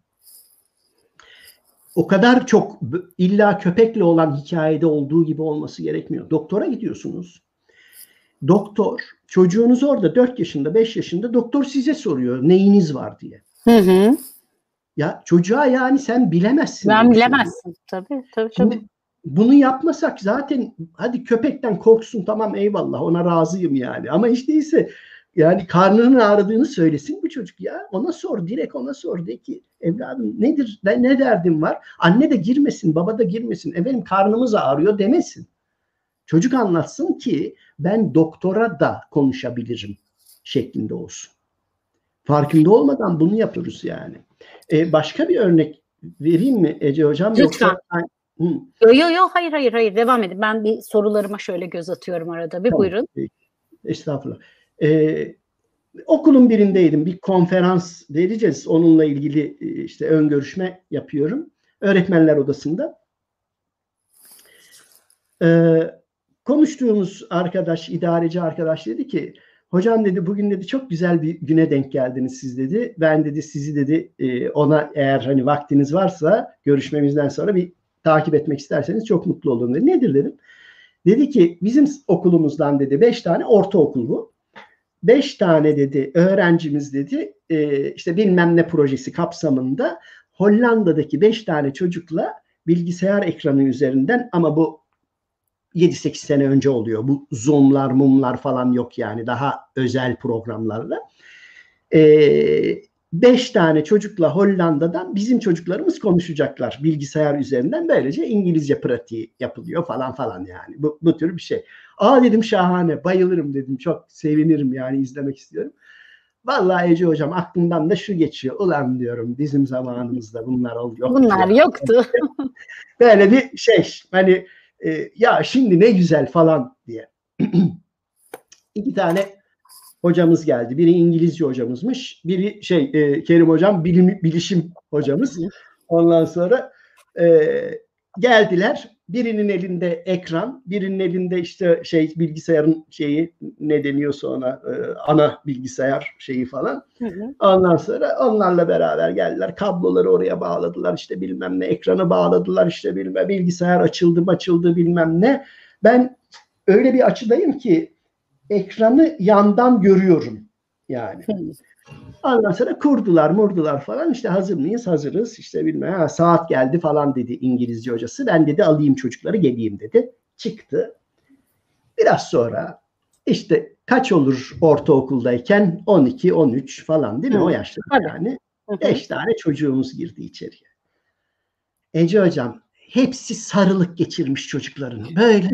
O kadar çok illa köpekle olan hikayede olduğu gibi olması gerekmiyor. Doktora gidiyorsunuz. Doktor çocuğunuz orada dört yaşında beş yaşında doktor size soruyor neyiniz var diye. Hı hı. Ya çocuğa yani sen bilemezsin. Ben bilemezsin tabii tabii. Şimdi tabii. bunu yapmasak zaten hadi köpekten korksun tamam eyvallah ona razıyım yani. Ama hiç değilse yani karnının ağrıdığını söylesin bu çocuk ya. Ona sor direkt ona sor de ki evladım nedir ne, ne derdin var? Anne de girmesin baba da girmesin. Efendim karnımız ağrıyor demesin. Çocuk anlatsın ki ben doktora da konuşabilirim şeklinde olsun. Farkında olmadan bunu yapıyoruz yani. Ee, başka bir örnek vereyim mi Ece Hocam? Lütfen. Yoksa Yok yok yo, hayır hayır hayır devam edin. Ben bir sorularıma şöyle göz atıyorum arada. Bir tamam. Buyurun. Estağfurullah. Ee, okulun birindeydim. Bir konferans vereceğiz. Onunla ilgili işte ön görüşme yapıyorum. Öğretmenler odasında. Ee, konuştuğumuz arkadaş, idareci arkadaş dedi ki hocam dedi bugün dedi çok güzel bir güne denk geldiniz siz dedi. Ben dedi sizi dedi ona eğer hani vaktiniz varsa görüşmemizden sonra bir takip etmek isterseniz çok mutlu olurum dedi. Nedir dedim. Dedi ki bizim okulumuzdan dedi beş tane ortaokul bu. Beş tane dedi öğrencimiz dedi e, işte bilmem ne projesi kapsamında Hollanda'daki beş tane çocukla bilgisayar ekranı üzerinden ama bu yedi sekiz sene önce oluyor. Bu Zoom'lar, mumlar falan yok yani daha özel programlarla. Eee Beş tane çocukla Hollanda'dan bizim çocuklarımız konuşacaklar bilgisayar üzerinden. Böylece İngilizce pratiği yapılıyor falan falan yani. Bu, bu tür bir şey. Aa dedim şahane, bayılırım dedim. Çok sevinirim yani izlemek istiyorum. Vallahi Ece Hocam aklımdan da şu geçiyor. Ulan diyorum bizim zamanımızda bunlar yoktu. Bunlar ya. yoktu. Böyle bir şey hani e, ya şimdi ne güzel falan diye. İki tane hocamız geldi. Biri İngilizce hocamızmış. Biri şey e, Kerim hocam bilim, bilişim hocamız. Ondan sonra e, geldiler. Birinin elinde ekran, birinin elinde işte şey bilgisayarın şeyi ne deniyorsa ona e, ana bilgisayar şeyi falan. Hı hı. Ondan sonra onlarla beraber geldiler. Kabloları oraya bağladılar. İşte bilmem ne ekranı bağladılar. İşte bilmem bilgisayar açıldı açıldı bilmem ne. Ben öyle bir açıdayım ki ekranı yandan görüyorum yani. Ondan sonra kurdular, murdular falan. İşte hazır mıyız? Hazırız. İşte bilmem ha, saat geldi falan dedi İngilizce hocası. Ben dedi alayım çocukları geleyim dedi. Çıktı. Biraz sonra işte kaç olur ortaokuldayken? on iki on üç falan değil mi? Hı. O yaşta yani. Beş tane çocuğumuz girdi içeriye. Ece hocam hepsi sarılık geçirmiş çocukların. Böyle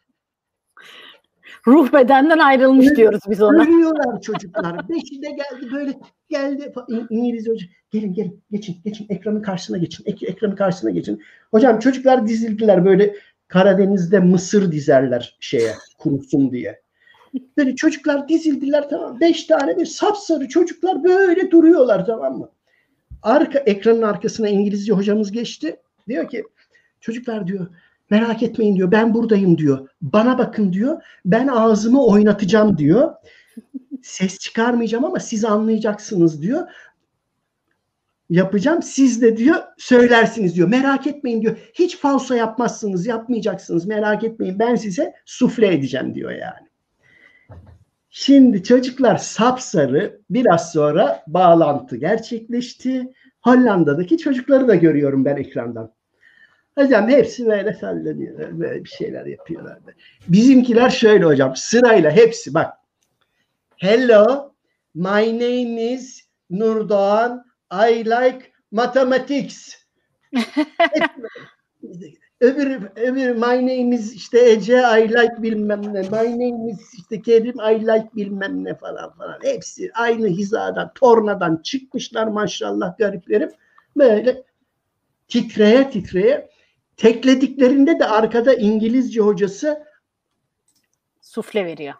ruh bedenden ayrılmış evet, diyoruz biz ona. Ölüyorlar çocuklar. Beşi de geldi böyle geldi İngilizce hoca. Gelin gelin geçin geçin ekranın karşısına geçin. Ek, ekranın karşısına geçin. Hocam çocuklar dizildiler böyle Karadeniz'de mısır dizerler şeye kurusun diye. Böyle çocuklar dizildiler tamam. Beş tane bir sapsarı çocuklar böyle duruyorlar tamam mı? Arka ekranın arkasına İngilizce hocamız geçti. Diyor ki çocuklar diyor merak etmeyin diyor. Ben buradayım diyor. Bana bakın diyor. Ben ağzımı oynatacağım diyor. Ses çıkarmayacağım ama siz anlayacaksınız diyor. Yapacağım. Siz de diyor söylersiniz diyor. Merak etmeyin diyor. Hiç falso yapmazsınız, yapmayacaksınız. Merak etmeyin. Ben size sufle edeceğim diyor yani. Şimdi çocuklar sapsarı biraz sonra bağlantı gerçekleşti. Hollanda'daki çocukları da görüyorum ben ekrandan. Hocam hepsi böyle sallanıyor. Böyle bir şeyler yapıyorlar. Bizimkiler şöyle hocam. Sırayla hepsi bak. Hello, my name is Nurdoğan. I like mathematics. Öbür, öbür my name is işte Ece, I like bilmem ne. My name is işte Kerim, I like bilmem ne falan falan. Hepsi aynı hizadan, tornadan çıkmışlar maşallah gariplerim. Böyle titreye titreye. Teklediklerinde de arkada İngilizce hocası sufle veriyor.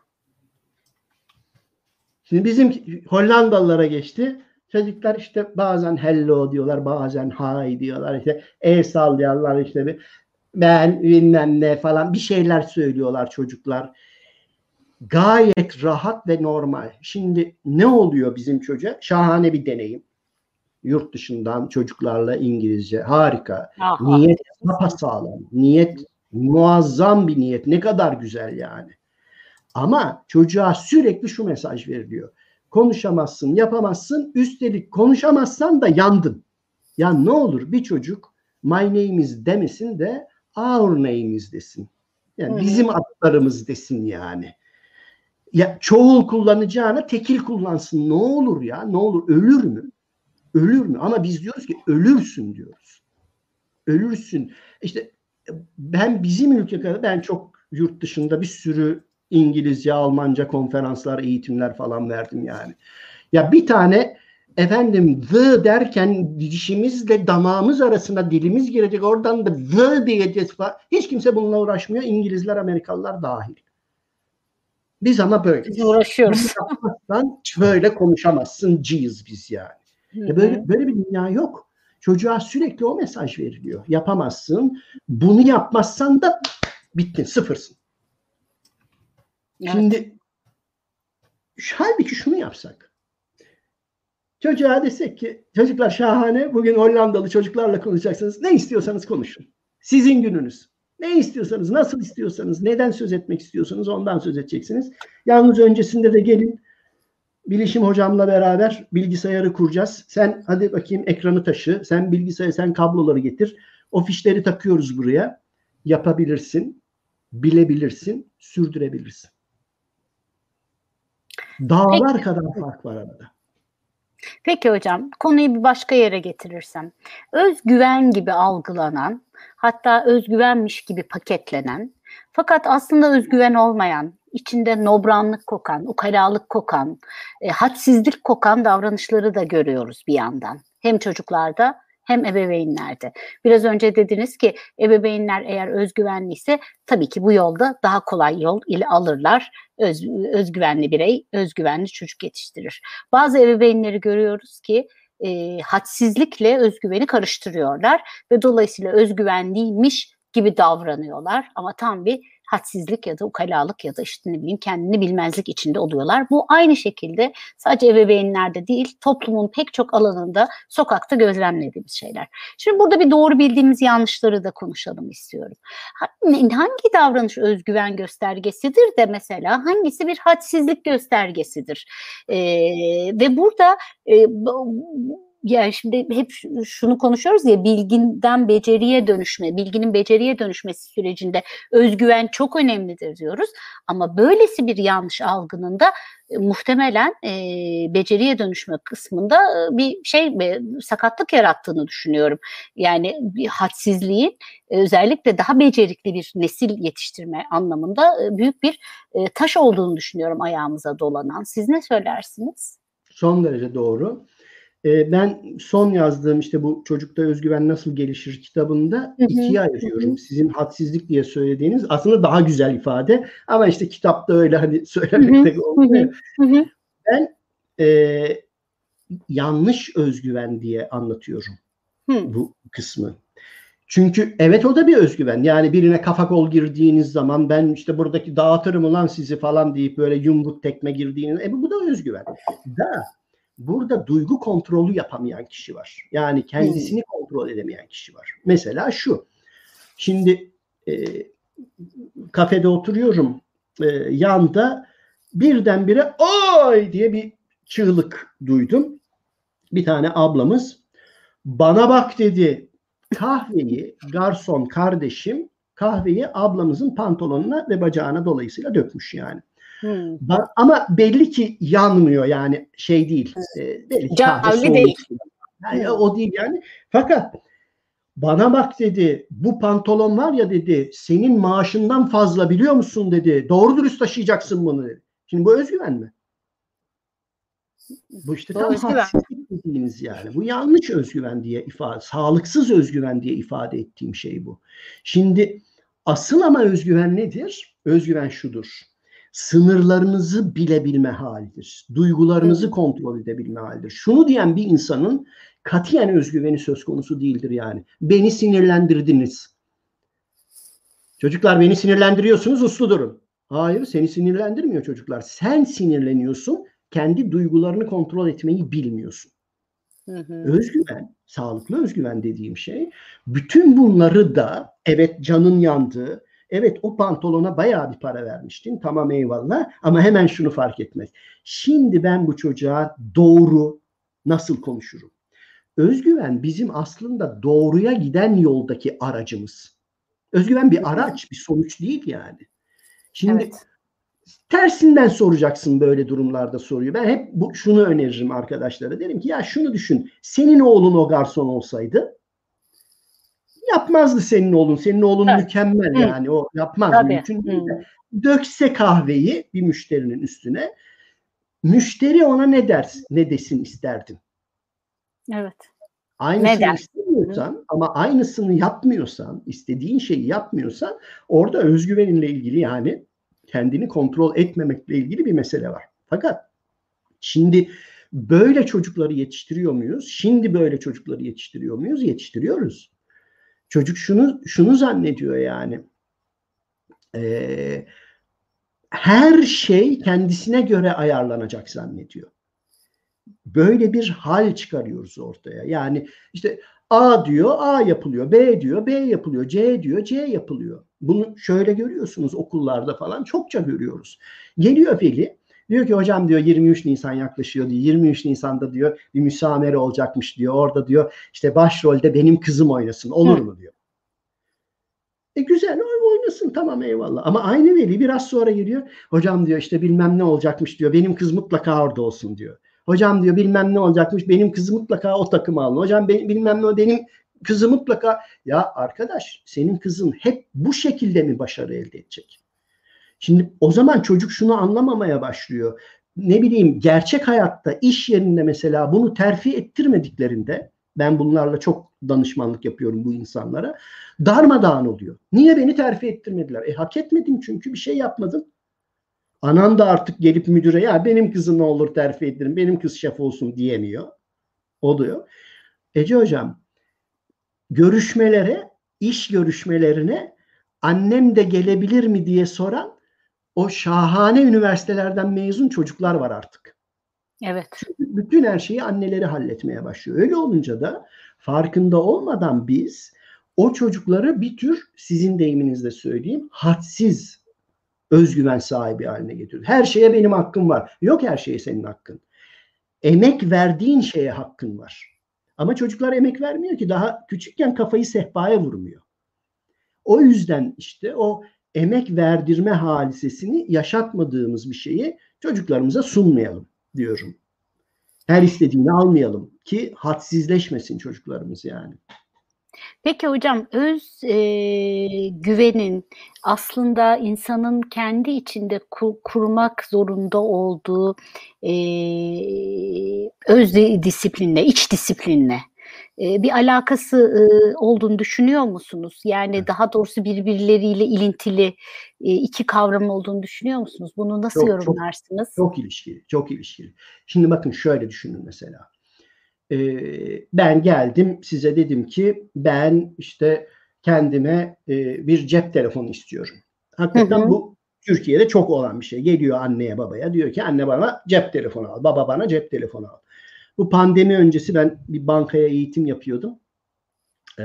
Şimdi bizim Hollandalılara geçti. Çocuklar işte bazen hello diyorlar, bazen hi diyorlar. İşte el sallıyorlar, işte bir ben bilmem ne falan bir şeyler söylüyorlar çocuklar. Gayet rahat ve normal. Şimdi ne oluyor bizim çocuğa? Şahane bir deneyim. Yurt dışından çocuklarla İngilizce. Harika. Aha. Niyet sapasağlam. Niyet muazzam bir niyet. Ne kadar güzel yani. Ama çocuğa sürekli şu mesaj veriliyor. Konuşamazsın, yapamazsın. Üstelik konuşamazsan da yandın. Ya ne olur bir çocuk my name is demesin de our name is desin. Yani hmm. bizim adlarımız desin yani. Ya çoğul kullanacağına tekil kullansın. Ne olur ya? Ne olur? Ölür mü? Ölür mü? Ama biz diyoruz ki ölürsün diyoruz. Ölürsün. İşte ben bizim ülke kadar ben çok yurt dışında bir sürü İngilizce, Almanca konferanslar, eğitimler falan verdim yani. Ya bir tane efendim the derken dişimizle damağımız arasında dilimiz girecek. Oradan da the diyeceğiz falan. Hiç kimse bununla uğraşmıyor. İngilizler, Amerikalılar dahil. Biz ama böyle. Biz uğraşıyoruz. Böyle konuşamazsın cız biz yani. Ya böyle, böyle bir dünya yok. Çocuğa sürekli o mesaj veriliyor. Yapamazsın. Bunu yapmazsan da bittin. Sıfırsın. Evet. Şimdi halbuki şunu yapsak. Çocuğa desek ki çocuklar şahane. Bugün Hollandalı çocuklarla konuşacaksınız. Ne istiyorsanız konuşun. Sizin gününüz. Ne istiyorsanız, nasıl istiyorsanız, neden söz etmek istiyorsanız ondan söz edeceksiniz. Yalnız öncesinde de gelin bilişim hocamla beraber bilgisayarı kuracağız. Sen hadi bakayım ekranı taşı. Sen bilgisayarı, sen kabloları getir. O fişleri takıyoruz buraya. Yapabilirsin, bilebilirsin, sürdürebilirsin. Dağlar Peki. kadar fark var arada. Peki hocam, konuyu bir başka yere getirirsem. Özgüven gibi algılanan, hatta özgüvenmiş gibi paketlenen, fakat aslında özgüven olmayan, içinde nobranlık kokan, ukalalık kokan, e, hadsizlik kokan davranışları da görüyoruz bir yandan. Hem çocuklarda hem ebeveynlerde. Biraz önce dediniz ki ebeveynler eğer özgüvenliyse tabii ki bu yolda daha kolay yol ile alırlar. Öz, özgüvenli birey, özgüvenli çocuk yetiştirir. Bazı ebeveynleri görüyoruz ki e, hadsizlikle özgüveni karıştırıyorlar ve dolayısıyla özgüvenliymiş gibi davranıyorlar ama tam bir hadsizlik ya da ukalalık ya da işte ne bileyim kendini bilmezlik içinde oluyorlar. Bu aynı şekilde sadece ebeveynlerde değil, toplumun pek çok alanında sokakta gözlemlediğimiz şeyler. Şimdi burada bir doğru bildiğimiz yanlışları da konuşalım istiyorum. Hangi davranış özgüven göstergesidir de mesela hangisi bir hadsizlik göstergesidir? Ee, ve burada e, yani şimdi hep şunu konuşuyoruz ya, bilgiden beceriye dönüşme, bilginin beceriye dönüşmesi sürecinde özgüven çok önemlidir diyoruz. Ama böylesi bir yanlış algının da e, muhtemelen e, beceriye dönüşme kısmında e, bir şey bir sakatlık yarattığını düşünüyorum. Yani bir hadsizliğin e, özellikle daha becerikli bir nesil yetiştirme anlamında e, büyük bir e, taş olduğunu düşünüyorum ayağımıza dolanan. Siz ne söylersiniz? Son derece doğru. Ben son yazdığım işte bu Çocukta Özgüven Nasıl Gelişir kitabında hı hı, ikiye ayırıyorum. Hı hı. Sizin hadsizlik diye söylediğiniz aslında daha güzel ifade ama işte kitapta öyle hani söylemek de olmuyor. Hı hı. Ben e, yanlış özgüven diye anlatıyorum hı. bu kısmı. Çünkü evet o da bir özgüven. Yani birine kafa kol girdiğiniz zaman ben işte buradaki dağıtırım ulan sizi falan deyip böyle yumruk tekme girdiğiniz e, bu da özgüven. Da burada duygu kontrolü yapamayan kişi var. Yani kendisini hmm. kontrol edemeyen kişi var. Mesela şu. Şimdi e, kafede oturuyorum. E, yanda birdenbire oy diye bir çığlık duydum. Bir tane ablamız bana bak dedi. kahveyi garson kardeşim kahveyi ablamızın pantolonuna ve bacağına dolayısıyla dökmüş yani. Hmm. Ama belli ki yanmıyor yani şey değil. E, belli ki kahve Cavli değil. Yani hmm. O değil yani. Fakat bana bak dedi, bu pantolon var ya dedi, senin maaşından fazla biliyor musun dedi. Doğru dürüst taşıyacaksın bunu dedi. Şimdi bu özgüven mi? Bu işte tam hadsizlik dediğiniz yani. Bu yanlış özgüven diye ifade, sağlıksız özgüven diye ifade ettiğim şey bu. Şimdi asıl ama özgüven nedir? Özgüven şudur. Sınırlarınızı bilebilme halidir. Duygularınızı Hı. kontrol edebilme halidir. Şunu diyen bir insanın katiyen özgüveni söz konusu değildir yani. Beni sinirlendirdiniz. Çocuklar beni sinirlendiriyorsunuz, uslu durun. Hayır, seni sinirlendirmiyor çocuklar. Sen sinirleniyorsun, kendi duygularını kontrol etmeyi bilmiyorsun. Hı hı. Özgüven, sağlıklı özgüven dediğim şey, bütün bunları da evet canın yandığı, evet o pantolona bayağı bir para vermiştin, tamam eyvallah, ama hemen şunu fark etmez. Şimdi ben bu çocuğa doğru nasıl konuşurum? Özgüven bizim aslında doğruya giden yoldaki aracımız. Özgüven bir araç, bir sonuç değil yani. Şimdi evet. Tersinden soracaksın böyle durumlarda soruyu. Ben hep bu, şunu öneririm arkadaşlara. Derim ki ya şunu düşün. Senin oğlun o garson olsaydı yapmazdı senin oğlun. Senin oğlun evet. mükemmel Hı. yani. O yapmaz. Tabii. Mümkün değil de. Dökse kahveyi bir müşterinin üstüne. Müşteri ona ne der, ne desin isterdin? Evet. Aynısını istemiyorsan Hı. ama aynısını yapmıyorsan, istediğin şeyi yapmıyorsan orada özgüveninle ilgili yani kendini kontrol etmemekle ilgili bir mesele var. Fakat şimdi böyle çocukları yetiştiriyor muyuz? Şimdi böyle çocukları yetiştiriyor muyuz? Yetiştiriyoruz. Çocuk şunu şunu zannediyor yani. E, her şey kendisine göre ayarlanacak zannediyor. Böyle bir hal çıkarıyoruz ortaya. Yani işte A diyor, A yapılıyor. B diyor, B yapılıyor. C diyor, C yapılıyor. Bunu şöyle görüyorsunuz okullarda falan. Çokça görüyoruz. Geliyor veli. Diyor ki hocam diyor yirmi üç Nisan yaklaşıyor diyor. yirmi üç Nisan'da diyor bir müsamere olacakmış diyor. Orada diyor işte başrolde benim kızım oynasın. Olur Hı. mu diyor. E güzel oynasın tamam eyvallah. Ama aynı veli biraz sonra geliyor. Hocam diyor işte bilmem ne olacakmış diyor. Benim kız mutlaka orada olsun diyor. Hocam diyor bilmem ne olacakmış. Benim kızı mutlaka o takıma alın. Hocam benim, bilmem ne benim kızı mutlaka. Ya arkadaş senin kızın hep bu şekilde mi başarı elde edecek? Şimdi o zaman çocuk şunu anlamamaya başlıyor. Ne bileyim gerçek hayatta iş yerinde mesela bunu terfi ettirmediklerinde ben bunlarla çok danışmanlık yapıyorum bu insanlara. Darmadağın oluyor. Niye beni terfi ettirmediler? E hak etmedim çünkü bir şey yapmadım. Anan da artık gelip müdüre ya benim kızım ne olur terfi ettirin, benim kız şef olsun diyemiyor. Oluyor. Ece hocam görüşmelere, iş görüşmelerine annem de gelebilir mi diye soran o şahane üniversitelerden mezun çocuklar var artık. Evet. Çünkü bütün her şeyi anneleri halletmeye başlıyor. Öyle olunca da farkında olmadan biz o çocukları bir tür sizin deyiminizle söyleyeyim hadsiz özgüven sahibi haline getiriyor. Her şeye benim hakkım var. Yok her şeye senin hakkın. Emek verdiğin şeye hakkın var. Ama çocuklar emek vermiyor ki. Daha küçükken kafayı sehpaya vurmuyor. O yüzden işte o emek verdirme hadisesini yaşatmadığımız bir şeyi çocuklarımıza sunmayalım diyorum. Her istediğini almayalım ki hadsizleşmesin çocuklarımız yani. Peki hocam öz e, güvenin aslında insanın kendi içinde kur, kurmak zorunda olduğu e, öz disiplinle, iç disiplinle e, bir alakası e, olduğunu düşünüyor musunuz? Yani evet. Daha doğrusu birbirleriyle ilintili e, iki kavram olduğunu düşünüyor musunuz? Bunu nasıl çok, yorumlarsınız? Çok, çok ilişkili, çok ilişkili. Şimdi bakın şöyle düşünün mesela. Ben geldim size dedim ki ben işte kendime bir cep telefonu istiyorum. Hakikaten hı hı. Bu Türkiye'de çok olan bir şey. Geliyor anneye babaya diyor ki anne bana cep telefonu al. Baba bana cep telefonu al. Bu pandemi öncesi ben bir bankaya eğitim yapıyordum. Ee,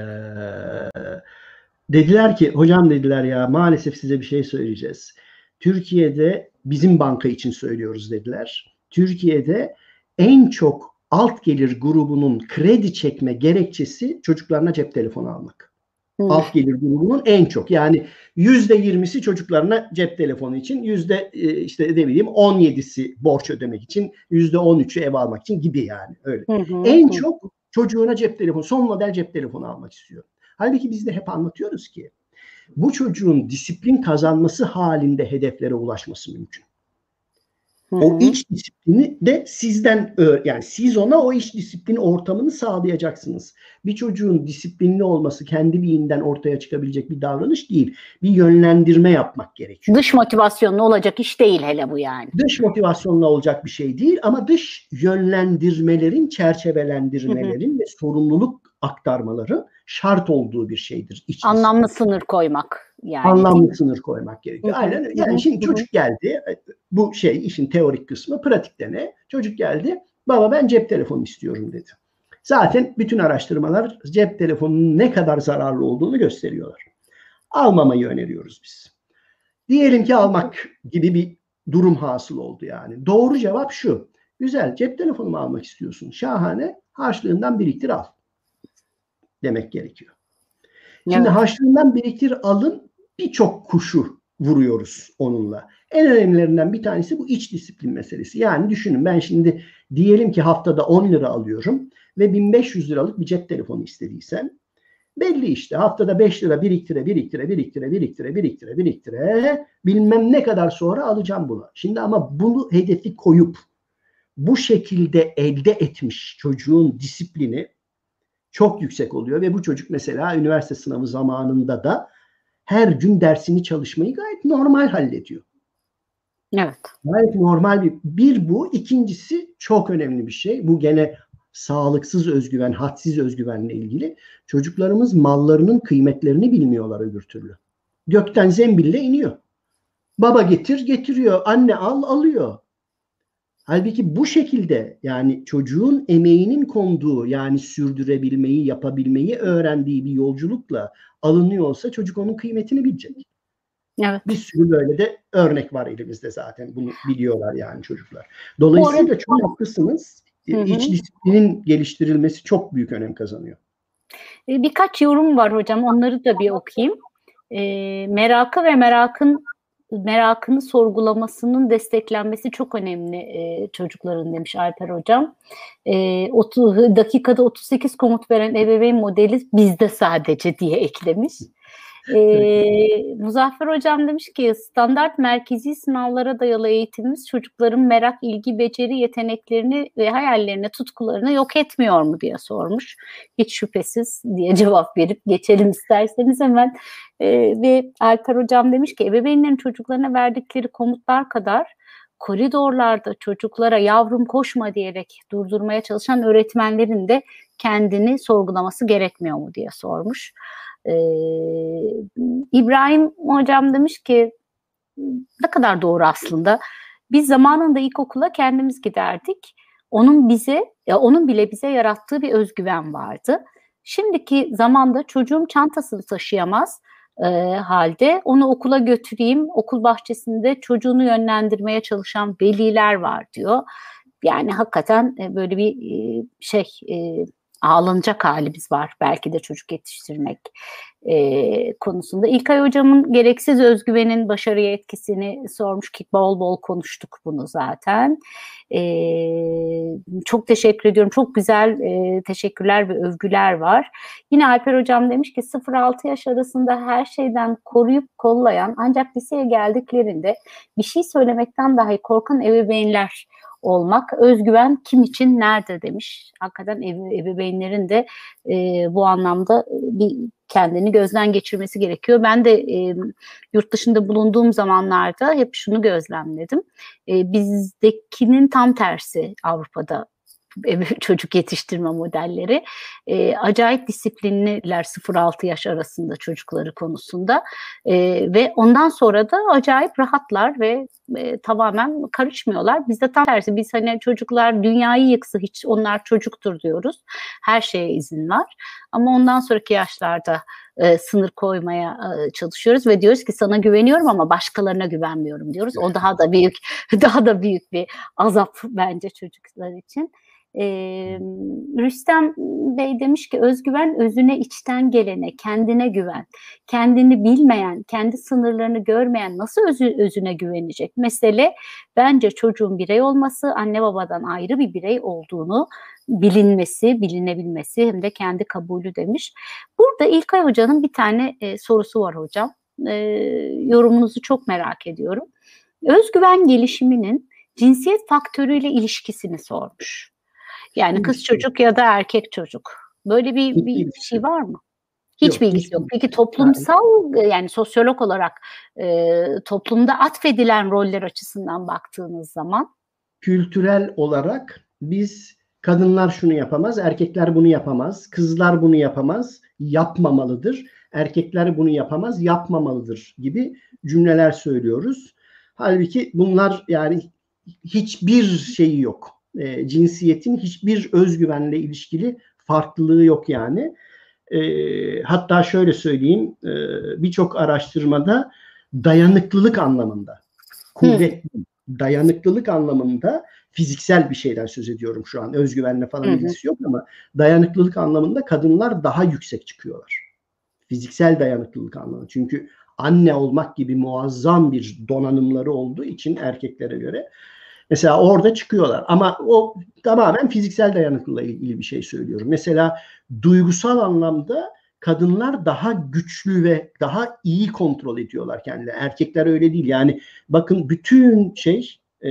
dediler ki hocam dediler ya maalesef size bir şey söyleyeceğiz. Türkiye'de bizim banka için söylüyoruz dediler. Türkiye'de en çok alt gelir grubunun kredi çekme gerekçesi çocuklarına cep telefonu almak. Hmm. Alt gelir grubunun en çok, yani yüzde yirmisi çocuklarına cep telefonu için, yüzde işte ne bileyim on yedisi borç ödemek için, yüzde on üçü ev almak için gibi, yani öyle. Hı hı, en hı. çok çocuğuna cep telefonu, son model cep telefonu almak istiyor. Halbuki biz de hep anlatıyoruz ki bu çocuğun disiplin kazanması halinde hedeflere ulaşması mümkün. Hı hı. O iç disiplini de sizden, yani siz ona o iç disiplin ortamını sağlayacaksınız. Bir çocuğun disiplinli olması kendiliğinden ortaya çıkabilecek bir davranış değil. Bir yönlendirme yapmak gerekiyor. Dış motivasyonla olacak iş değil hele bu yani. Dış motivasyonla olacak bir şey değil ama dış yönlendirmelerin, çerçevelendirmelerin hı hı. ve sorumluluk aktarmaların şart olduğu bir şeydir. İç Anlamlı disiplin. Sınır koymak. Yani, Anlamlı sınır koymak gerekiyor. Hı hı. Aynen. Yani hı hı. şimdi çocuk geldi. Bu şey işin teorik kısmı. Pratikte ne? Çocuk geldi. Baba ben cep telefonu istiyorum dedi. Zaten bütün araştırmalar cep telefonunun ne kadar zararlı olduğunu gösteriyorlar. Almamayı öneriyoruz biz. Diyelim ki almak gibi bir durum hasıl oldu yani. Doğru cevap şu. Güzel, cep telefonu mu almak istiyorsun? Şahane. Harçlığından biriktir al. Demek gerekiyor. Şimdi evet. harçlığından biriktir alın, birçok kuşu vuruyoruz onunla. En önemlilerinden bir tanesi bu iç disiplin meselesi. Yani düşünün, ben şimdi diyelim ki haftada on lira alıyorum ve bin beş yüz liralık bir cep telefonu istediysem, belli işte haftada beş lira biriktire biriktire biriktire biriktire biriktire biriktire bilmem ne kadar sonra alacağım bunu. Şimdi ama bunu hedefi koyup bu şekilde elde etmiş çocuğun disiplini çok yüksek oluyor ve bu çocuk mesela üniversite sınavı zamanında da her gün dersini çalışmayı gayet normal hallediyor. Evet. Gayet normal bir, bir bu. İkincisi çok önemli bir şey. Bu gene sağlıksız özgüven, hadsiz özgüvenle ilgili. Çocuklarımız mallarının kıymetlerini bilmiyorlar öbür türlü. Gökten zembille iniyor. Baba getir, getiriyor. Anne al, alıyor. Halbuki bu şekilde, yani çocuğun emeğinin konduğu, yani sürdürebilmeyi, yapabilmeyi öğrendiği bir yolculukla alınıyor olsa çocuk onun kıymetini bilecek. Evet. Bir sürü böyle de örnek var elimizde zaten. Bunu biliyorlar yani çocuklar. Dolayısıyla arada... çok haklısınız. Hı hı. İç disiplinin geliştirilmesi çok büyük önem kazanıyor. Birkaç yorum var hocam. Onları da bir okuyayım. E, merakı ve merakın merakını sorgulamasının desteklenmesi çok önemli e, çocukların demiş Alper hocam. E, otuz, dakikada otuz sekiz komut veren ebeveyn modeli bizde sadece diye eklemiş. Ee, Muzaffer hocam demiş ki standart merkezi sınavlara dayalı eğitimimiz çocukların merak, ilgi, beceri yeteneklerini ve hayallerini, tutkularını yok etmiyor mu diye sormuş. Hiç şüphesiz diye cevap verip geçelim isterseniz hemen. Ee, ve Alper hocam demiş ki ebeveynlerin çocuklarına verdikleri komutlar kadar koridorlarda çocuklara yavrum koşma diyerek durdurmaya çalışan öğretmenlerin de kendini sorgulaması gerekmiyor mu diye sormuş. Ee, İbrahim hocam demiş ki ne kadar doğru aslında. Biz zamanında ilkokula kendimiz giderdik. Onun bize, ya onun bile bize yarattığı bir özgüven vardı. Şimdiki zamanda çocuğum çantasını taşıyamaz e, halde onu okula götüreyim. Okul bahçesinde çocuğunu yönlendirmeye çalışan veliler var diyor. Yani hakikaten e, böyle bir e, şey e, ağlanacak halimiz var belki de çocuk yetiştirmek e, konusunda. İlkay hocamın gereksiz özgüvenin başarıya etkisini sormuş ki bol bol konuştuk bunu zaten. E, çok teşekkür ediyorum. Çok güzel e, teşekkürler ve övgüler var. Yine Alper hocam demiş ki sıfır altı yaş arasında her şeyden koruyup kollayan ancak liseye geldiklerinde bir şey söylemekten dahi korkan ebeveynler olmak. Özgüven kim için nerede demiş. Hakikaten ebe, ebeveynlerin de e, bu anlamda bir kendini gözden geçirmesi gerekiyor. Ben de e, yurt dışında bulunduğum zamanlarda hep şunu gözlemledim. E, bizdekinin tam tersi Avrupa'da çocuk yetiştirme modelleri. E, acayip disiplinliler sıfır altı yaş arasında çocukları konusunda e, ve ondan sonra da acayip rahatlar ve e, tamamen karışmıyorlar. Bizde tam tersi, biz hani çocuklar dünyayı yıksa hiç onlar çocuktur diyoruz. Her şeye izin var ama ondan sonraki yaşlarda e, sınır koymaya e, çalışıyoruz ve diyoruz ki sana güveniyorum ama başkalarına güvenmiyorum diyoruz. O daha da büyük daha da büyük bir azap bence çocuklar için. E, Rüstem Bey demiş ki özgüven özüne içten gelene, kendine güven. Kendini bilmeyen, kendi sınırlarını görmeyen nasıl özü, özüne güvenecek? Mesele bence çocuğun birey olması, anne babadan ayrı bir birey olduğunu bilinmesi, bilinebilmesi hem de kendi kabulü demiş. Burada İlkay Hoca'nın bir tane e, sorusu var hocam. E, yorumunuzu çok merak ediyorum. Özgüven gelişiminin cinsiyet faktörüyle ilişkisini sormuş. Yani kız çocuk ya da erkek çocuk. Böyle bir, bir şey var mı? Hiç yok, bilgisi hiç yok. Peki toplumsal yani, yani sosyolog olarak e, toplumda atfedilen roller açısından baktığınız zaman? Kültürel olarak biz kadınlar şunu yapamaz, erkekler bunu yapamaz, kızlar bunu yapamaz, yapmamalıdır. Erkekler bunu yapamaz, yapmamalıdır gibi cümleler söylüyoruz. Halbuki bunlar yani hiçbir şeyi yok. E, cinsiyetin hiçbir özgüvenle ilişkili farklılığı yok yani. E, hatta şöyle söyleyeyim, e, birçok araştırmada dayanıklılık anlamında, kuvvet, hmm. dayanıklılık anlamında fiziksel bir şeyden söz ediyorum şu an. Özgüvenle falan ilgisi yok ama dayanıklılık anlamında kadınlar daha yüksek çıkıyorlar. Fiziksel dayanıklılık anlamında. Çünkü anne olmak gibi muazzam bir donanımları olduğu için erkeklere göre mesela orada çıkıyorlar. Ama o tamamen fiziksel dayanıklılıkla ilgili bir şey söylüyorum. Mesela duygusal anlamda kadınlar daha güçlü ve daha iyi kontrol ediyorlar kendilerini. Erkekler öyle değil. Yani bakın bütün şey e,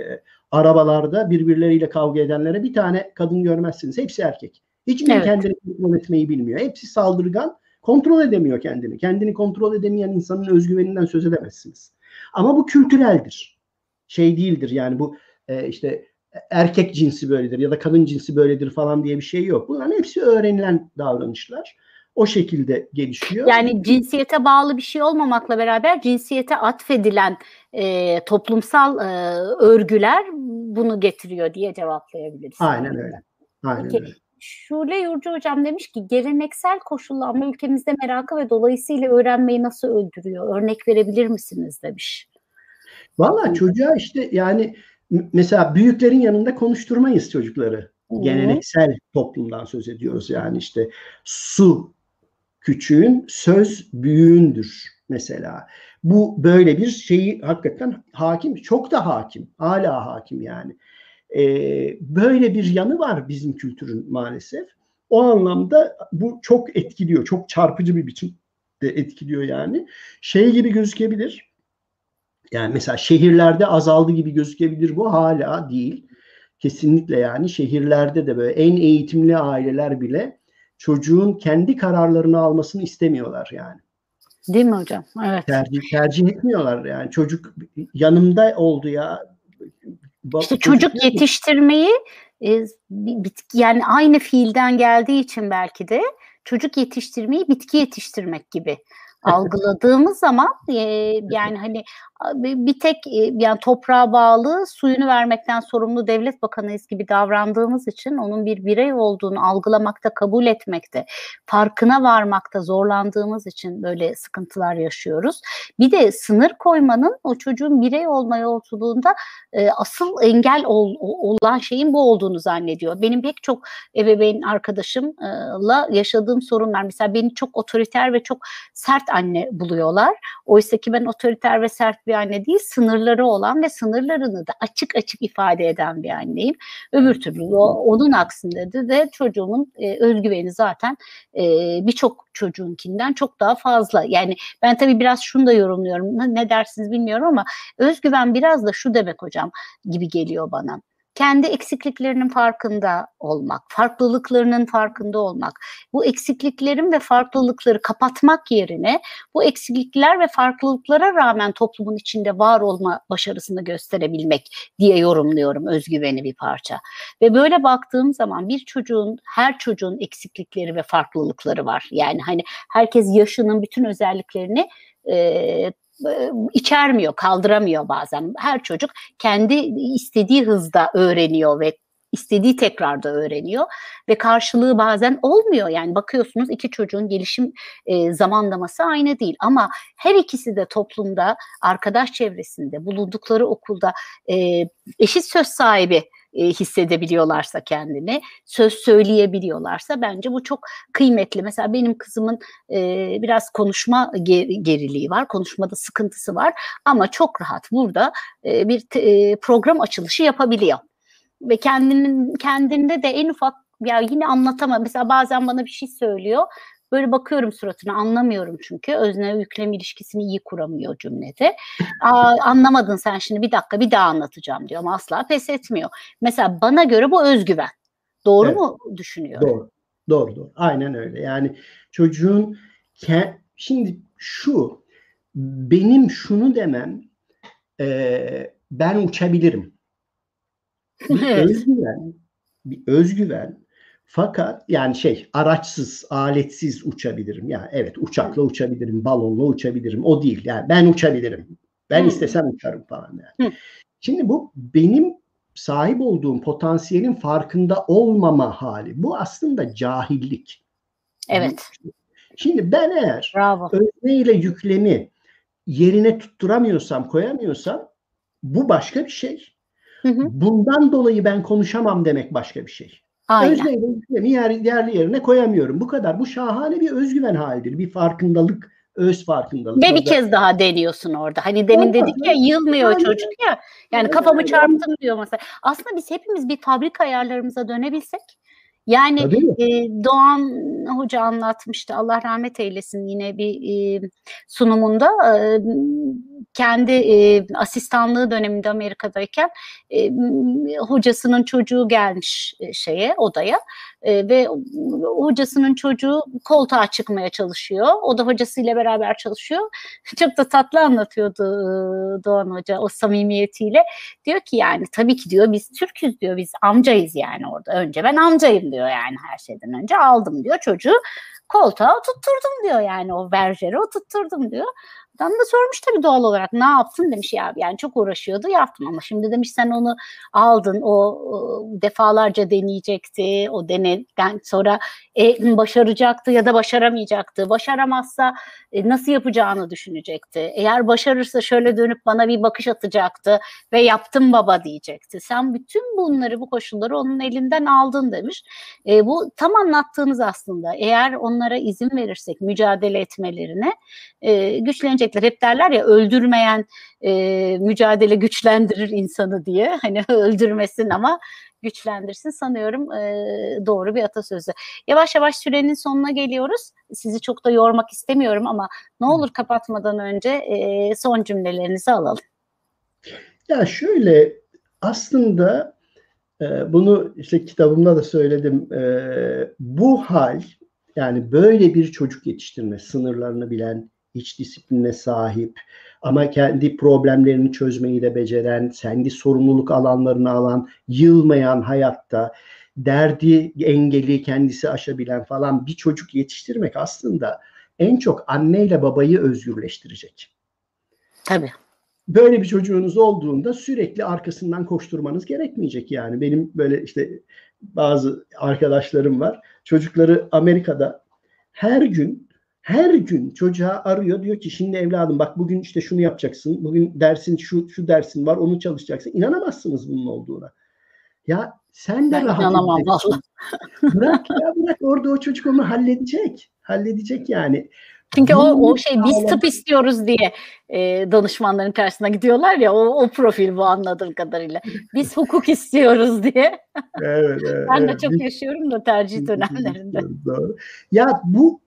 arabalarda birbirleriyle kavga edenlere bir tane kadın görmezsiniz. Hepsi erkek. Hiçbiri evet. kendini kontrol etmeyi bilmiyor. Hepsi saldırgan. Kontrol edemiyor kendini. Kendini kontrol edemeyen insanın özgüveninden söz edemezsiniz. Ama bu kültüreldir. Şey değildir yani bu e, işte erkek cinsi böyledir ya da kadın cinsi böyledir falan diye bir şey yok. Bunların hepsi öğrenilen davranışlar. O şekilde gelişiyor. Yani cinsiyete bağlı bir şey olmamakla beraber cinsiyete atfedilen e, toplumsal e, örgüler bunu getiriyor diye cevaplayabiliriz. Aynen öyle. Aynen Peki. öyle. Şule Yurcu hocam demiş ki geleneksel koşullanma ülkemizde merakı ve dolayısıyla öğrenmeyi nasıl öldürüyor? Örnek verebilir misiniz demiş. Valla çocuğa işte yani mesela büyüklerin yanında konuşturmayız çocukları. Hı-hı. Geleneksel toplumdan söz ediyoruz yani işte su küçüğün, söz büyüğündür mesela. Bu böyle bir şeyi hakikaten hakim, çok da hakim, hala hakim yani. Ee, böyle bir yanı var bizim kültürün maalesef. O anlamda bu çok etkiliyor, çok çarpıcı bir biçimde etkiliyor yani. Şey gibi gözükebilir, yani mesela şehirlerde azaldı gibi gözükebilir, bu hala değil. Kesinlikle yani şehirlerde de böyle en eğitimli aileler bile çocuğun kendi kararlarını almasını istemiyorlar yani. Değil mi hocam? Evet. Tercih, tercih etmiyorlar yani. Çocuk yanımda oldu ya. İşte çocuk, çocuk yetiştirmeyi e, bitki, yani aynı fiilden geldiği için belki de çocuk yetiştirmeyi bitki yetiştirmek gibi algıladığımız zaman e, yani hani bir tek e, yani toprağa bağlı, suyunu vermekten sorumlu devlet bakanıyız gibi davrandığımız için onun bir birey olduğunu algılamakta, kabul etmekte, farkına varmakta zorlandığımız için böyle sıkıntılar yaşıyoruz. Bir de sınır koymanın o çocuğun birey olma yolculuğunda e, asıl engel ol, olan şeyin bu olduğunu zannediyor. Benim pek çok ebeveyn arkadaşımla yaşadığım sorunlar, mesela beni çok otoriter ve çok sert anne buluyorlar. Oysa ki ben otoriter ve sert bir anne değil, sınırları olan ve sınırlarını da açık açık ifade eden bir anneyim. Öbür türlü o, onun aksinde de, de çocuğumun e, özgüveni zaten e, birçok çocuğunkinden çok daha fazla. Yani ben tabii biraz şunu da yorumluyorum. Ne dersiniz bilmiyorum ama özgüven biraz da şu demek hocam gibi geliyor bana. Kendi eksikliklerinin farkında olmak, farklılıklarının farkında olmak, bu eksikliklerin ve farklılıkları kapatmak yerine bu eksiklikler ve farklılıklara rağmen toplumun içinde var olma başarısını gösterebilmek diye yorumluyorum özgüveni bir parça. Ve böyle baktığım zaman bir çocuğun, her çocuğun eksiklikleri ve farklılıkları var. Yani hani herkes yaşının bütün özelliklerini e, içermiyor, kaldıramıyor bazen. Her çocuk kendi istediği hızda öğreniyor ve istediği tekrarda öğreniyor ve karşılığı bazen olmuyor. Yani bakıyorsunuz iki çocuğun gelişim e, zamanlaması aynı değil ama her ikisi de toplumda, arkadaş çevresinde, bulundukları okulda e, eşit söz sahibi e, hissedebiliyorlarsa kendini, söz söyleyebiliyorlarsa bence bu çok kıymetli. Mesela benim kızımın e, biraz konuşma ger- geriliği var, konuşmada sıkıntısı var ama çok rahat burada e, bir e, program açılışı yapabiliyor. Ve kendinin kendinde de en ufak, ya yine anlatamam. Mesela bazen bana bir şey söylüyor. Böyle bakıyorum suratına, anlamıyorum çünkü. Özne yüklem ilişkisini iyi kuramıyor cümlede. Aa, anlamadın sen, şimdi bir dakika bir daha anlatacağım diyor ama asla pes etmiyor. Mesela bana göre bu özgüven. Doğru Evet. mu düşünüyorum? Doğru. Doğru doğru. Aynen öyle. Yani çocuğun ke- şimdi şu, benim şunu demem, e, ben uçabilirim. Bir Evet. özgüven, bir özgüven. Fakat yani şey, araçsız, aletsiz uçabilirim. Yani evet, uçakla uçabilirim, balonla uçabilirim. O değil. Yani ben uçabilirim. Ben Hmm. istesem uçarım falan yani. Hı. Şimdi bu benim sahip olduğum potansiyelin farkında olmama hali. Bu aslında cahillik. Evet. Şimdi ben eğer Bravo. özne ile yüklemi yerine tutturamıyorsam, koyamıyorsam, bu başka bir şey. Hı hı. Bundan dolayı ben konuşamam demek başka bir şey. Aynen. Özne ile yüklemi yer, yerli yerine koyamıyorum. Bu kadar. Bu şahane bir özgüven halidir. Bir farkındalık, öz farkındalık. Ve bir Orada kez daha deniyorsun orada. Hani demin olmaz. dedik ya, yılmıyor Yani, çocuk ya. Yani yani, kafamı yani, çarptım diyor mesela. Aslında biz hepimiz bir fabrika ayarlarımıza dönebilsek. Yani tabii. e, Doğan Hoca anlatmıştı. Allah rahmet eylesin, yine bir e, sunumunda e, kendi e, asistanlığı döneminde Amerika'dayken e, hocasının çocuğu gelmiş e, şeye odaya e, ve hocasının çocuğu koltuğa çıkmaya çalışıyor. O da hocasıyla beraber çalışıyor. Çok da tatlı anlatıyordu e, Doğan Hoca o samimiyetiyle. Diyor ki yani tabii ki diyor biz Türk'üz diyor, biz amcayız yani orada. Önce ben amcayım diyor, yani her şeyden önce aldım diyor çocuğu. Koltuğa oturtturdum diyor, yani o berjere oturtturdum diyor. Adam da sormuş tabii doğal olarak, ne yaptın demiş, ya yani çok uğraşıyordu yaptım ama şimdi demiş sen onu aldın, o, o defalarca deneyecekti, o deneden sonra e, başaracaktı ya da başaramayacaktı, başaramazsa e, nasıl yapacağını düşünecekti, eğer başarırsa şöyle dönüp bana bir bakış atacaktı ve yaptım baba diyecekti. Sen bütün bunları, bu koşulları onun elinden aldın demiş. E, bu tam anlattığınız aslında. Eğer onlara izin verirsek mücadele etmelerine e, güçlenecekler. Hep derler ya, öldürmeyen e, mücadele güçlendirir insanı diye. Hani öldürmesin ama güçlendirsin, sanıyorum e, doğru bir atasözü. Yavaş yavaş sürenin sonuna geliyoruz. Sizi çok da yormak istemiyorum ama ne olur kapatmadan önce e, son cümlelerinizi alalım. Ya şöyle, aslında e, bunu işte kitabımda da söyledim. E, bu hal, yani böyle bir çocuk yetiştirme, sınırlarını bilen, iç disipline sahip ama kendi problemlerini çözmeyi de beceren, kendi sorumluluk alanlarını alan, yılmayan hayatta, derdi, engeli kendisi aşabilen falan bir çocuk yetiştirmek aslında en çok anneyle babayı özgürleştirecek. Tabii. Böyle bir çocuğunuz olduğunda sürekli arkasından koşturmanız gerekmeyecek yani. Benim böyle işte bazı arkadaşlarım var. Çocukları Amerika'da, her gün her gün çocuğa arıyor, diyor ki şimdi evladım bak bugün işte şunu yapacaksın. Bugün dersin şu şu dersin var, onu çalışacaksın. İnanamazsınız bunun olduğuna. Ya sen de Ben rahat inanamam edeceksin. vallahi. Bırak ya bırak, orada o çocuk onu halledecek. Halledecek yani. Çünkü o, o Bunu şey, biz tıp istiyoruz diye e, danışmanların karşısına gidiyorlar ya, o, o profil bu anladığım kadarıyla. Biz hukuk istiyoruz diye. Evet, evet, Ben de evet. çok Biz yaşıyorum da tercih dönemlerinde. Doğru. Ya bu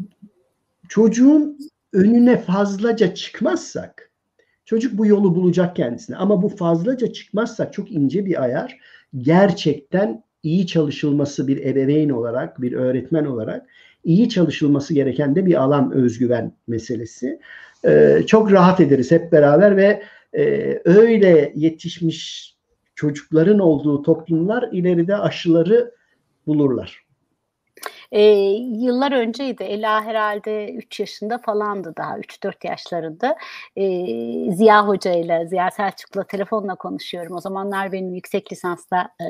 çocuğun önüne fazlaca çıkmazsak, çocuk bu yolu bulacak kendisine. Ama bu fazlaca çıkmazsak, çok ince bir ayar, gerçekten iyi çalışılması, bir ebeveyn olarak, bir öğretmen olarak iyi çalışılması gereken de bir alan, özgüven meselesi. Ee, çok rahat ederiz hep beraber ve e, öyle yetişmiş çocukların olduğu toplumlar ileride aşıları bulurlar. E, yıllar önceydi. Ela herhalde üç yaşında falandı, daha üç dört yaşlarında. E, Ziya Hoca ile, Ziya Selçuk'la telefonla konuşuyorum. O zamanlar benim yüksek lisansta e,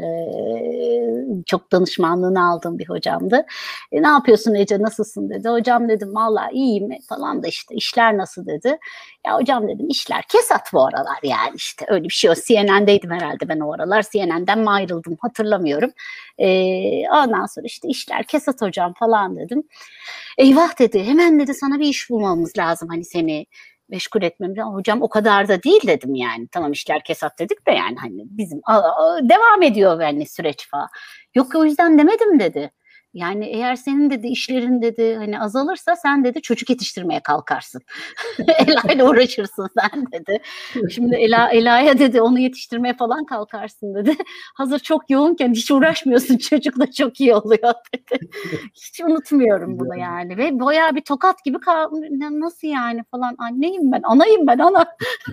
çok danışmanlığını aldığım bir hocamdı. E, ne yapıyorsun Ece, nasılsın dedi. Hocam dedim vallahi iyiyim falan da işte işler nasıl dedi. Ya hocam dedim işler kesat bu aralar, yani işte öyle bir şey yok. C N N'deydim herhalde ben o aralar. C N N'den mi ayrıldım hatırlamıyorum. Ee, ondan sonra işte işler kesat hocam falan dedim. Eyvah dedi, hemen dedi sana bir iş bulmamız lazım, hani seni meşgul etmemiz. Hocam o kadar da değil dedim yani. Tamam işler kesat dedik de yani hani bizim a, a, devam ediyor yani süreç falan. Yok o yüzden demedim dedi. Yani eğer senin dedi işlerin dedi hani azalırsa sen dedi çocuk yetiştirmeye kalkarsın. Ela ile uğraşırsın sen dedi. Şimdi Ela, Ela'ya dedi onu yetiştirmeye falan kalkarsın dedi. Hazır çok yoğunken hiç uğraşmıyorsun, çocukla çok iyi oluyor dedi. Hiç unutmuyorum bunu yani. Ve bayağı bir tokat gibi kaldım. Nasıl yani falan, anneyim ben, anayım ben, ana.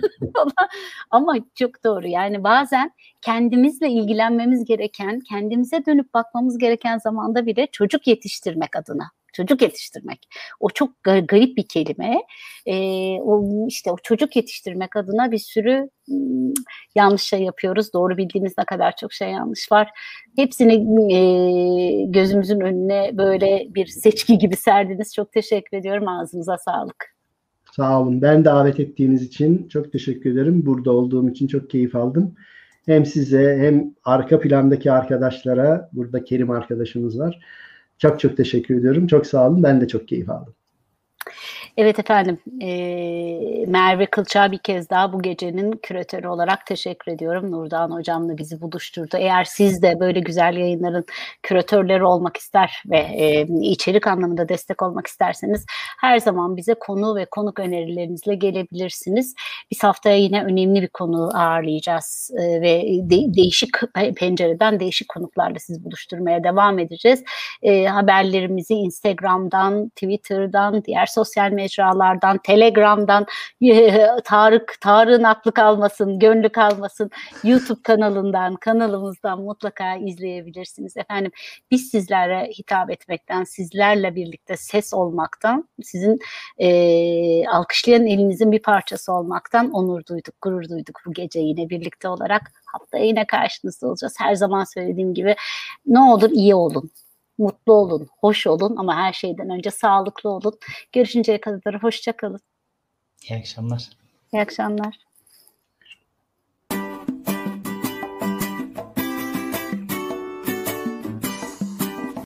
Ama çok doğru yani, bazen kendimizle ilgilenmemiz gereken, kendimize dönüp bakmamız gereken zamanda bile çocuk yetiştirmek adına. Çocuk yetiştirmek. O çok garip bir kelime. Ee, o işte o çocuk yetiştirmek adına bir sürü ım, yanlış şey yapıyoruz. Doğru bildiğimiz ne kadar çok şey yanlış var. Hepsini e, gözümüzün önüne böyle bir seçki gibi serdiniz. Çok teşekkür ediyorum. Ağzınıza sağlık. Sağ olun. Ben davet ettiğiniz için çok teşekkür ederim. Burada olduğum için çok keyif aldım. Hem size hem arka plandaki arkadaşlara, burada Kerim arkadaşımız var. Çok çok teşekkür ediyorum. Çok sağ olun. Ben de çok keyif aldım. Evet efendim, e, Merve Kılçak'a bir kez daha bu gecenin küratörü olarak teşekkür ediyorum. Nurdan Hocam'la bizi buluşturdu. Eğer siz de böyle güzel yayınların küratörleri olmak ister ve e, içerik anlamında destek olmak isterseniz her zaman bize konu ve konuk önerilerinizle gelebilirsiniz. Biz haftaya yine önemli bir konu ağırlayacağız e, ve de, değişik pencereden değişik konuklarla sizi buluşturmaya devam edeceğiz. E, haberlerimizi Instagram'dan, Twitter'dan, diğer sosyal mecralardan, Telegram'dan, e, Tarık, Tarık'ın aklı kalmasın, gönlü kalmasın, YouTube kanalından, kanalımızdan mutlaka izleyebilirsiniz. Efendim biz sizlere hitap etmekten, sizlerle birlikte ses olmaktan, sizin e, alkışlayan elinizin bir parçası olmaktan onur duyduk, gurur duyduk bu gece yine birlikte olarak. Haftaya yine karşınızda olacağız. Her zaman söylediğim gibi ne olur iyi olun. Mutlu olun, hoş olun ama her şeyden önce sağlıklı olun. Görüşünceye kadar hoşça kalın. İyi akşamlar. İyi akşamlar.